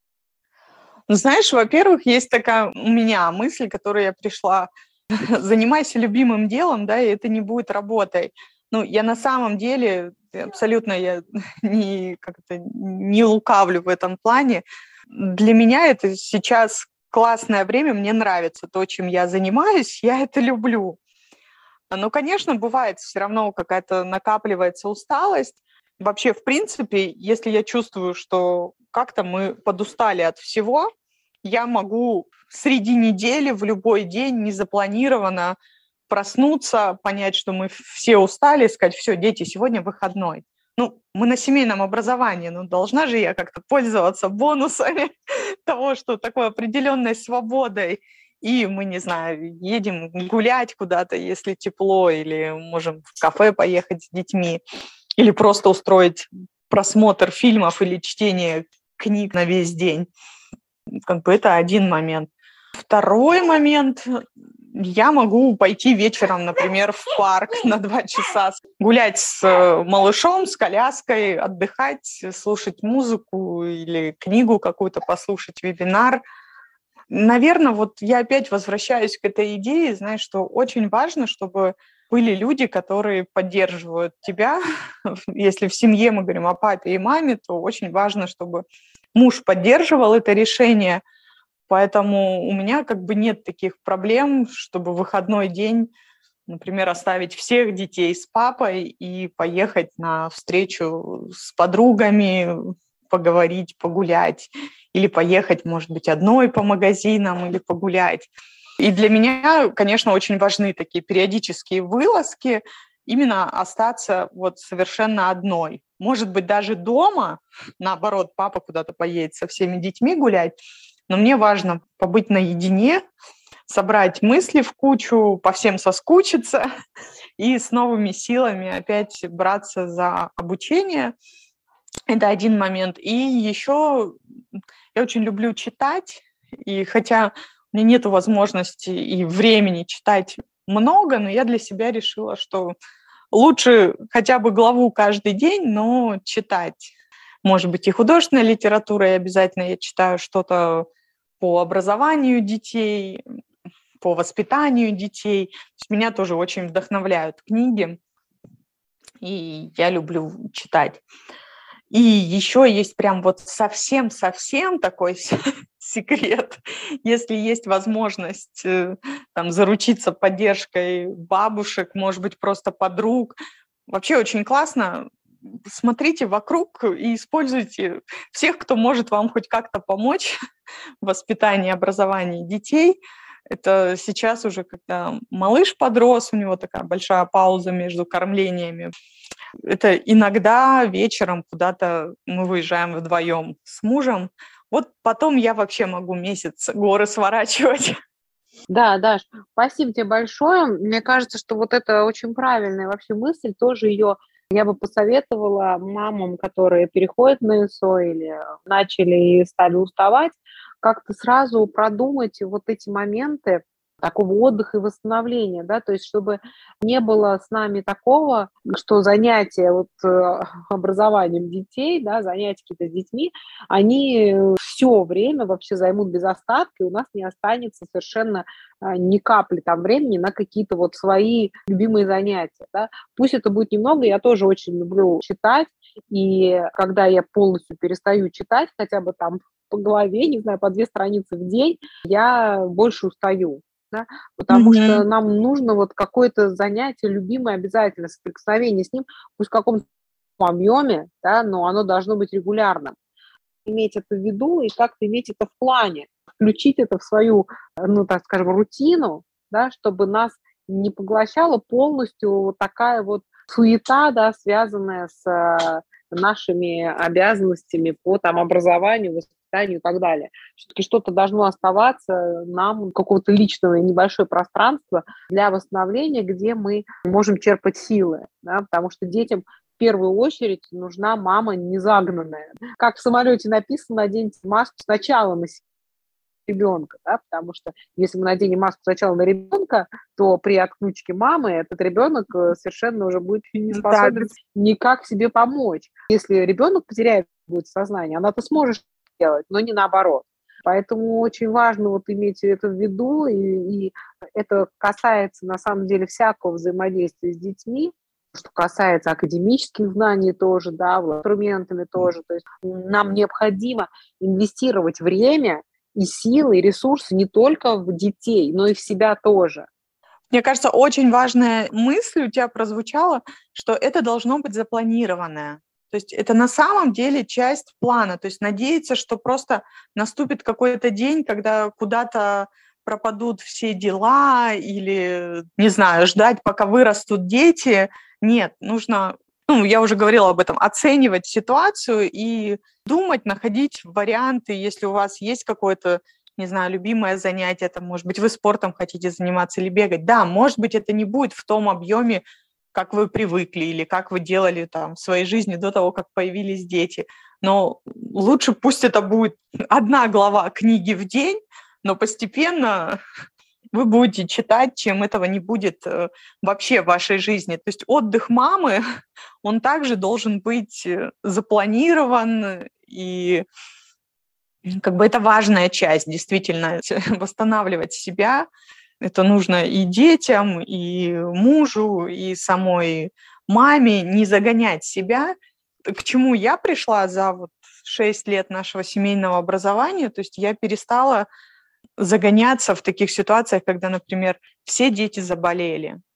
Ну, знаешь, во-первых, есть такая у меня мысль, которой я пришла: занимайся любимым делом, да, и это не будет работой. Ну, я на самом деле абсолютно я не, как-то, не лукавлю в этом плане. Для меня это сейчас классное время, мне нравится то, чем я занимаюсь, я это люблю. Но, конечно, бывает все равно какая-то накапливается усталость. Вообще, в принципе, если я чувствую, что как-то мы подустали от всего, я могу среди недели в любой день незапланированно проснуться, понять, что мы все устали, сказать: все, дети, сегодня выходной. Ну, мы на семейном образовании, ну, должна же я как-то пользоваться бонусами того, что такой определенной свободой. И мы, не знаю, едем гулять куда-то, если тепло, или можем в кафе поехать с детьми, или просто устроить просмотр фильмов или чтение книг на весь день. Как бы это один момент. Второй момент. Я могу пойти вечером, например, в парк на два часа, гулять с малышом, с коляской, отдыхать, слушать музыку или книгу какую-то послушать, вебинар. Наверное, вот я опять возвращаюсь к этой идее, знаешь, что очень важно, чтобы были люди, которые поддерживают тебя. Если в семье мы говорим о папе и маме, то очень важно, чтобы муж поддерживал это решение. Поэтому у меня как бы нет таких проблем, чтобы в выходной день Например, оставить всех детей с папой и поехать на встречу с подругами, поговорить, погулять. Или поехать, может быть, одной по магазинам или погулять. И для меня, конечно, очень важны такие периодические вылазки, именно остаться вот совершенно одной. Может быть, даже дома, наоборот, папа куда-то поедет со всеми детьми гулять, но мне важно побыть наедине, собрать мысли в кучу, по всем соскучиться и с новыми силами опять браться за обучение. Это один момент. И еще я очень люблю читать, и хотя у меня нет возможности и времени читать много, но я для себя решила, что лучше хотя бы главу каждый день, но читать. Может быть, и художественная литература, и обязательно я читаю что-то по образованию детей, по воспитанию детей. То есть меня тоже очень вдохновляют книги, и я люблю читать. И еще есть прям вот совсем-совсем такой секрет. Если есть возможность там заручиться поддержкой бабушек, может быть, просто подруг, вообще очень классно. Смотрите вокруг и используйте всех, кто может вам хоть как-то помочь в воспитании, образовании детей. Это сейчас уже, когда малыш подрос, у него такая большая пауза между кормлениями. Это иногда вечером куда-то мы выезжаем вдвоем с мужем. Вот потом я вообще могу месяц горы сворачивать. Да, Даш, спасибо тебе большое. Мне кажется, что вот это очень правильная вообще мысль, тоже ее я бы посоветовала мамам, которые переходят на ЭСО или начали и стали уставать, как-то сразу продумать вот эти моменты такого отдыха и восстановления, да, то есть чтобы не было с нами такого, что занятия вот образованием детей, да, занятия какие-то с детьми, они все время вообще займут без остатка, и у нас не останется совершенно ни капли там времени на какие-то вот свои любимые занятия, да. Пусть это будет немного, я тоже очень люблю читать, и когда я полностью перестаю читать, хотя бы там по голове, не знаю, по две страницы в день, я больше устаю. Да? Потому Мгм. что нам нужно вот какое-то занятие любимое обязательно, соприкосновение с ним, пусть в каком-то объеме, да, но оно должно быть регулярным. Иметь это в виду и как-то иметь это в плане, включить это в свою, ну, так скажем, рутину, да, чтобы нас не поглощала полностью вот такая вот суета, да, связанная с нашими обязанностями по там, образованию, воспитанию и так далее. Все-таки что-то должно оставаться нам, какого-то личного небольшое пространство для восстановления, где мы можем черпать силы, да, потому что детям в первую очередь нужна мама не загнанная. Как в самолете написано, наденьте маску сначала на себя, ребенка, да, потому что если мы наденем маску сначала на ребенка, то при отключке мамы этот ребенок совершенно уже будет не Да, способен никак себе помочь. Если ребенок потеряет будет сознание, она-то сможет делать, но не наоборот. Поэтому очень важно вот иметь это в виду, и, и это касается на самом деле всякого взаимодействия с детьми, что касается академических знаний тоже, да, инструментами тоже. То есть нам необходимо инвестировать время и силы, и ресурсы не только в детей, но и в себя тоже. Мне кажется, очень важная мысль у тебя прозвучала, что это должно быть запланированное. То есть это на самом деле часть плана. То есть надеяться, что просто наступит какой-то день, когда куда-то пропадут все дела или, не знаю, ждать, пока вырастут дети. Нет, нужно, ну, я уже говорила об этом, оценивать ситуацию и думать, находить варианты, если у вас есть какое-то, не знаю, любимое занятие, там, может быть, вы спортом хотите заниматься или бегать. Да, может быть, это не будет в том объеме, как вы привыкли или как вы делали там в своей жизни до того, как появились дети. Но лучше пусть это будет одна глава книги в день, но постепенно вы будете читать, чем этого не будет вообще в вашей жизни. То есть отдых мамы, он также должен быть запланирован, и как бы это важная часть, действительно, восстанавливать себя. Это нужно и детям, и мужу, и самой маме, не загонять себя. К чему я пришла за вот шесть лет нашего семейного образования, то есть я перестала загоняться в таких ситуациях, когда, например, все дети заболели.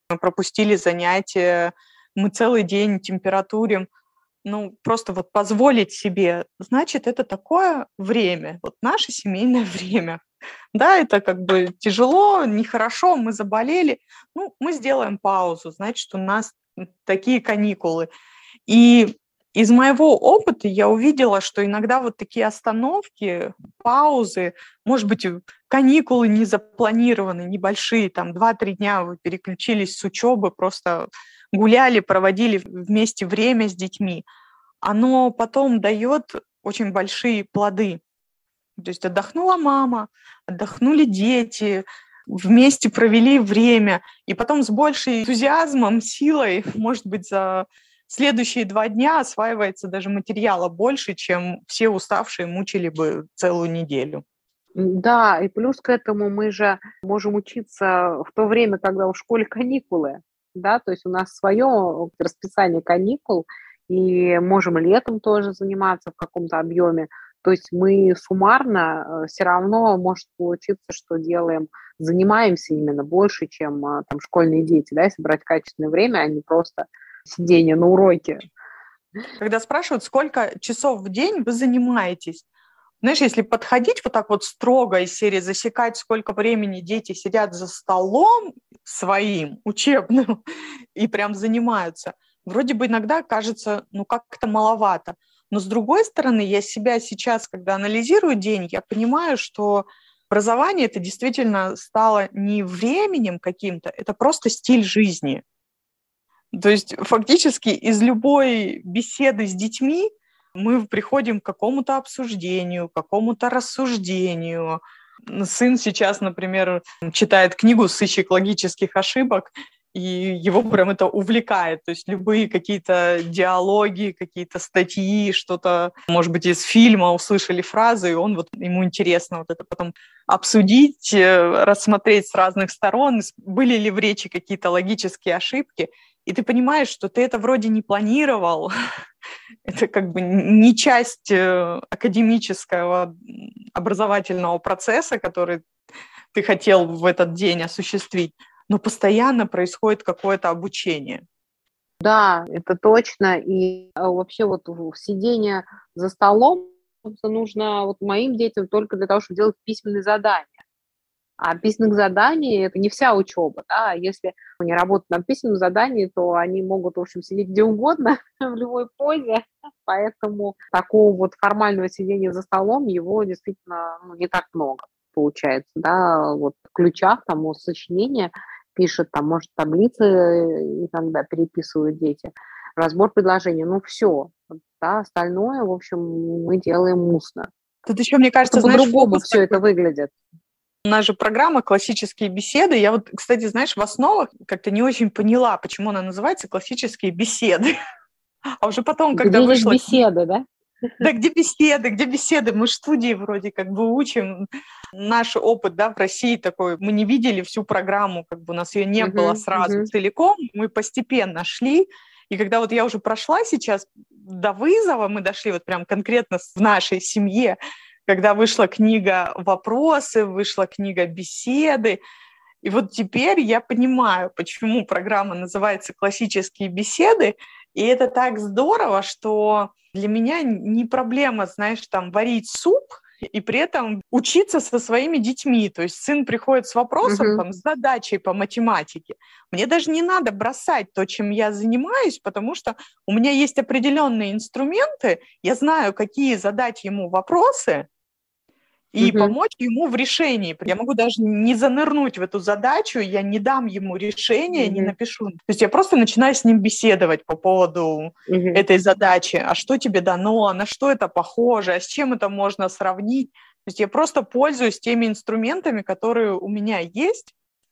мы пропустили занятия, мы целый день температурим. Ну, просто вот позволить себе, значит, это такое время, вот наше семейное время. Да, это как бы тяжело, нехорошо, мы заболели. Ну, мы сделаем паузу, значит, у нас такие каникулы. И из моего опыта я увидела, что иногда вот такие остановки, паузы, может быть, каникулы не запланированы, небольшие, там два-три дня вы переключились с учебы, просто гуляли, проводили вместе время с детьми, оно потом дает очень большие плоды. То есть отдохнула мама, отдохнули дети, вместе провели время, и потом с большим энтузиазмом, силой, может быть, за следующие два дня осваивается даже материала больше, чем все уставшие мучили бы целую неделю. Да, и плюс к этому мы же можем учиться в то время, когда в школе каникулы, да, то есть у нас свое расписание каникул, и можем летом тоже заниматься в каком-то объеме. То есть мы суммарно все равно может получиться, что делаем, занимаемся именно больше, чем там школьные дети, да, если брать качественное время, а не просто сидение на уроке. Когда спрашивают, сколько часов в день вы занимаетесь, знаешь, если подходить вот так вот строго из серии засекать, сколько времени дети сидят за столом своим, учебным, и прям занимаются, вроде бы иногда кажется, ну как-то маловато. Но с другой стороны, я себя сейчас, когда анализирую день, я понимаю, что образование это действительно стало не временем каким-то, это просто стиль жизни. То есть фактически из любой беседы с детьми мы приходим к какому-то обсуждению, к какому-то рассуждению. Сын сейчас, например, читает книгу «Сыщик логических ошибок», и его прям это увлекает. То есть любые какие-то диалоги, какие-то статьи, что-то, может быть, из фильма услышали фразы, и он вот, ему интересно вот это потом обсудить, рассмотреть с разных сторон, были ли в речи какие-то логические ошибки. И ты понимаешь, что ты это вроде не планировал, это как бы не часть академического образовательного процесса, который ты хотел в этот день осуществить, но постоянно происходит какое-то обучение. Да, это точно. И вообще вот сидение за столом нужно вот моим детям только для того, чтобы делать письменные задания. А письменных заданий – это не вся учеба. Да? Если они работают на письменном задании, то они могут, в общем, сидеть где угодно, в любой позе. Поэтому такого вот формального сидения за столом, его действительно ну, не так много получается. Да? Вот в ключах, там, у сочинения пишет, там, может, таблицы иногда переписывают дети, разбор предложений. Ну, все. Да? Остальное, в общем, мы делаем устно. Тут еще, мне кажется, знаешь, по-другому все это выглядит. У нас же программа «Классические беседы». Я вот, кстати, знаешь, в основах как-то не очень поняла, почему она называется «Классические беседы». А уже потом, когда где вышла... Где беседы, да? Да, где беседы, где беседы? Мы в студии вроде как бы учим. Наш опыт, да, в России такой, мы не видели всю программу, как бы у нас ее не uh-huh, было сразу uh-huh. целиком, мы постепенно шли. И когда вот я уже прошла сейчас до вызова, мы дошли вот прям конкретно в нашей семье, когда вышла книга «Вопросы», вышла книга «Беседы». И вот теперь я понимаю, почему программа называется «Классические беседы». И это так здорово, что для меня не проблема, знаешь, там варить суп и при этом учиться со своими детьми. То есть сын приходит с вопросом, uh-huh. там, с задачей по математике. Мне даже не надо бросать то, чем я занимаюсь, потому что у меня есть определенные инструменты, я знаю, какие задать ему вопросы, и угу. помочь ему в решении. Я могу даже не занырнуть в эту задачу, я не дам ему решение, угу. не напишу. То есть я просто начинаю с ним беседовать по поводу угу. этой задачи. А что тебе дано, на что это похоже, а с чем это можно сравнить. То есть я просто пользуюсь теми инструментами, которые у меня есть,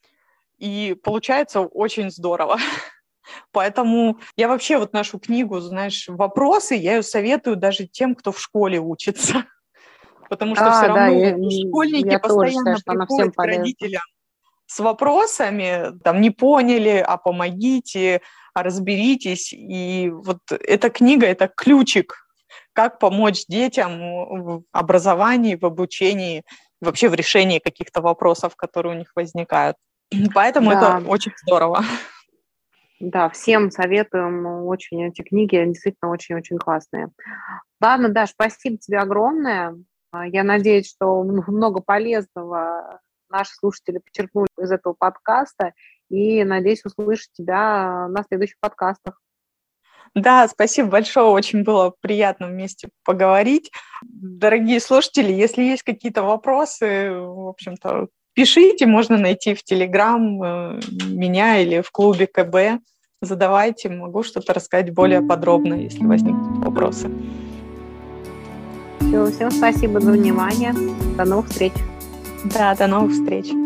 и получается очень здорово. Поэтому я вообще вот нашу книгу, знаешь, «Вопросы», я ее советую даже тем, кто в школе учится. Потому что да, все равно да, я, школьники я постоянно считаю, приходят к родителям с вопросами, там, не поняли, а помогите, а разберитесь. И вот эта книга – это ключик, как помочь детям в образовании, в обучении, вообще в решении каких-то вопросов, которые у них возникают. Поэтому да. это очень здорово. Да, всем советуем очень эти книги, они действительно очень-очень классные. Ладно, Даш, спасибо тебе огромное. А, Я надеюсь, что м- много полезного наши слушатели почерпнули из этого подкаста, и надеюсь услышать тебя на следующих подкастах. Да, спасибо большое, очень было приятно вместе поговорить. Дорогие слушатели, если есть какие-то вопросы, в общем-то, пишите, можно найти в Телеграм э, меня или в клубе ка бэ. Задавайте, могу что-то рассказать более подробно, если возникнут вопросы. Все, всем спасибо за внимание. До новых встреч. Да, до новых встреч.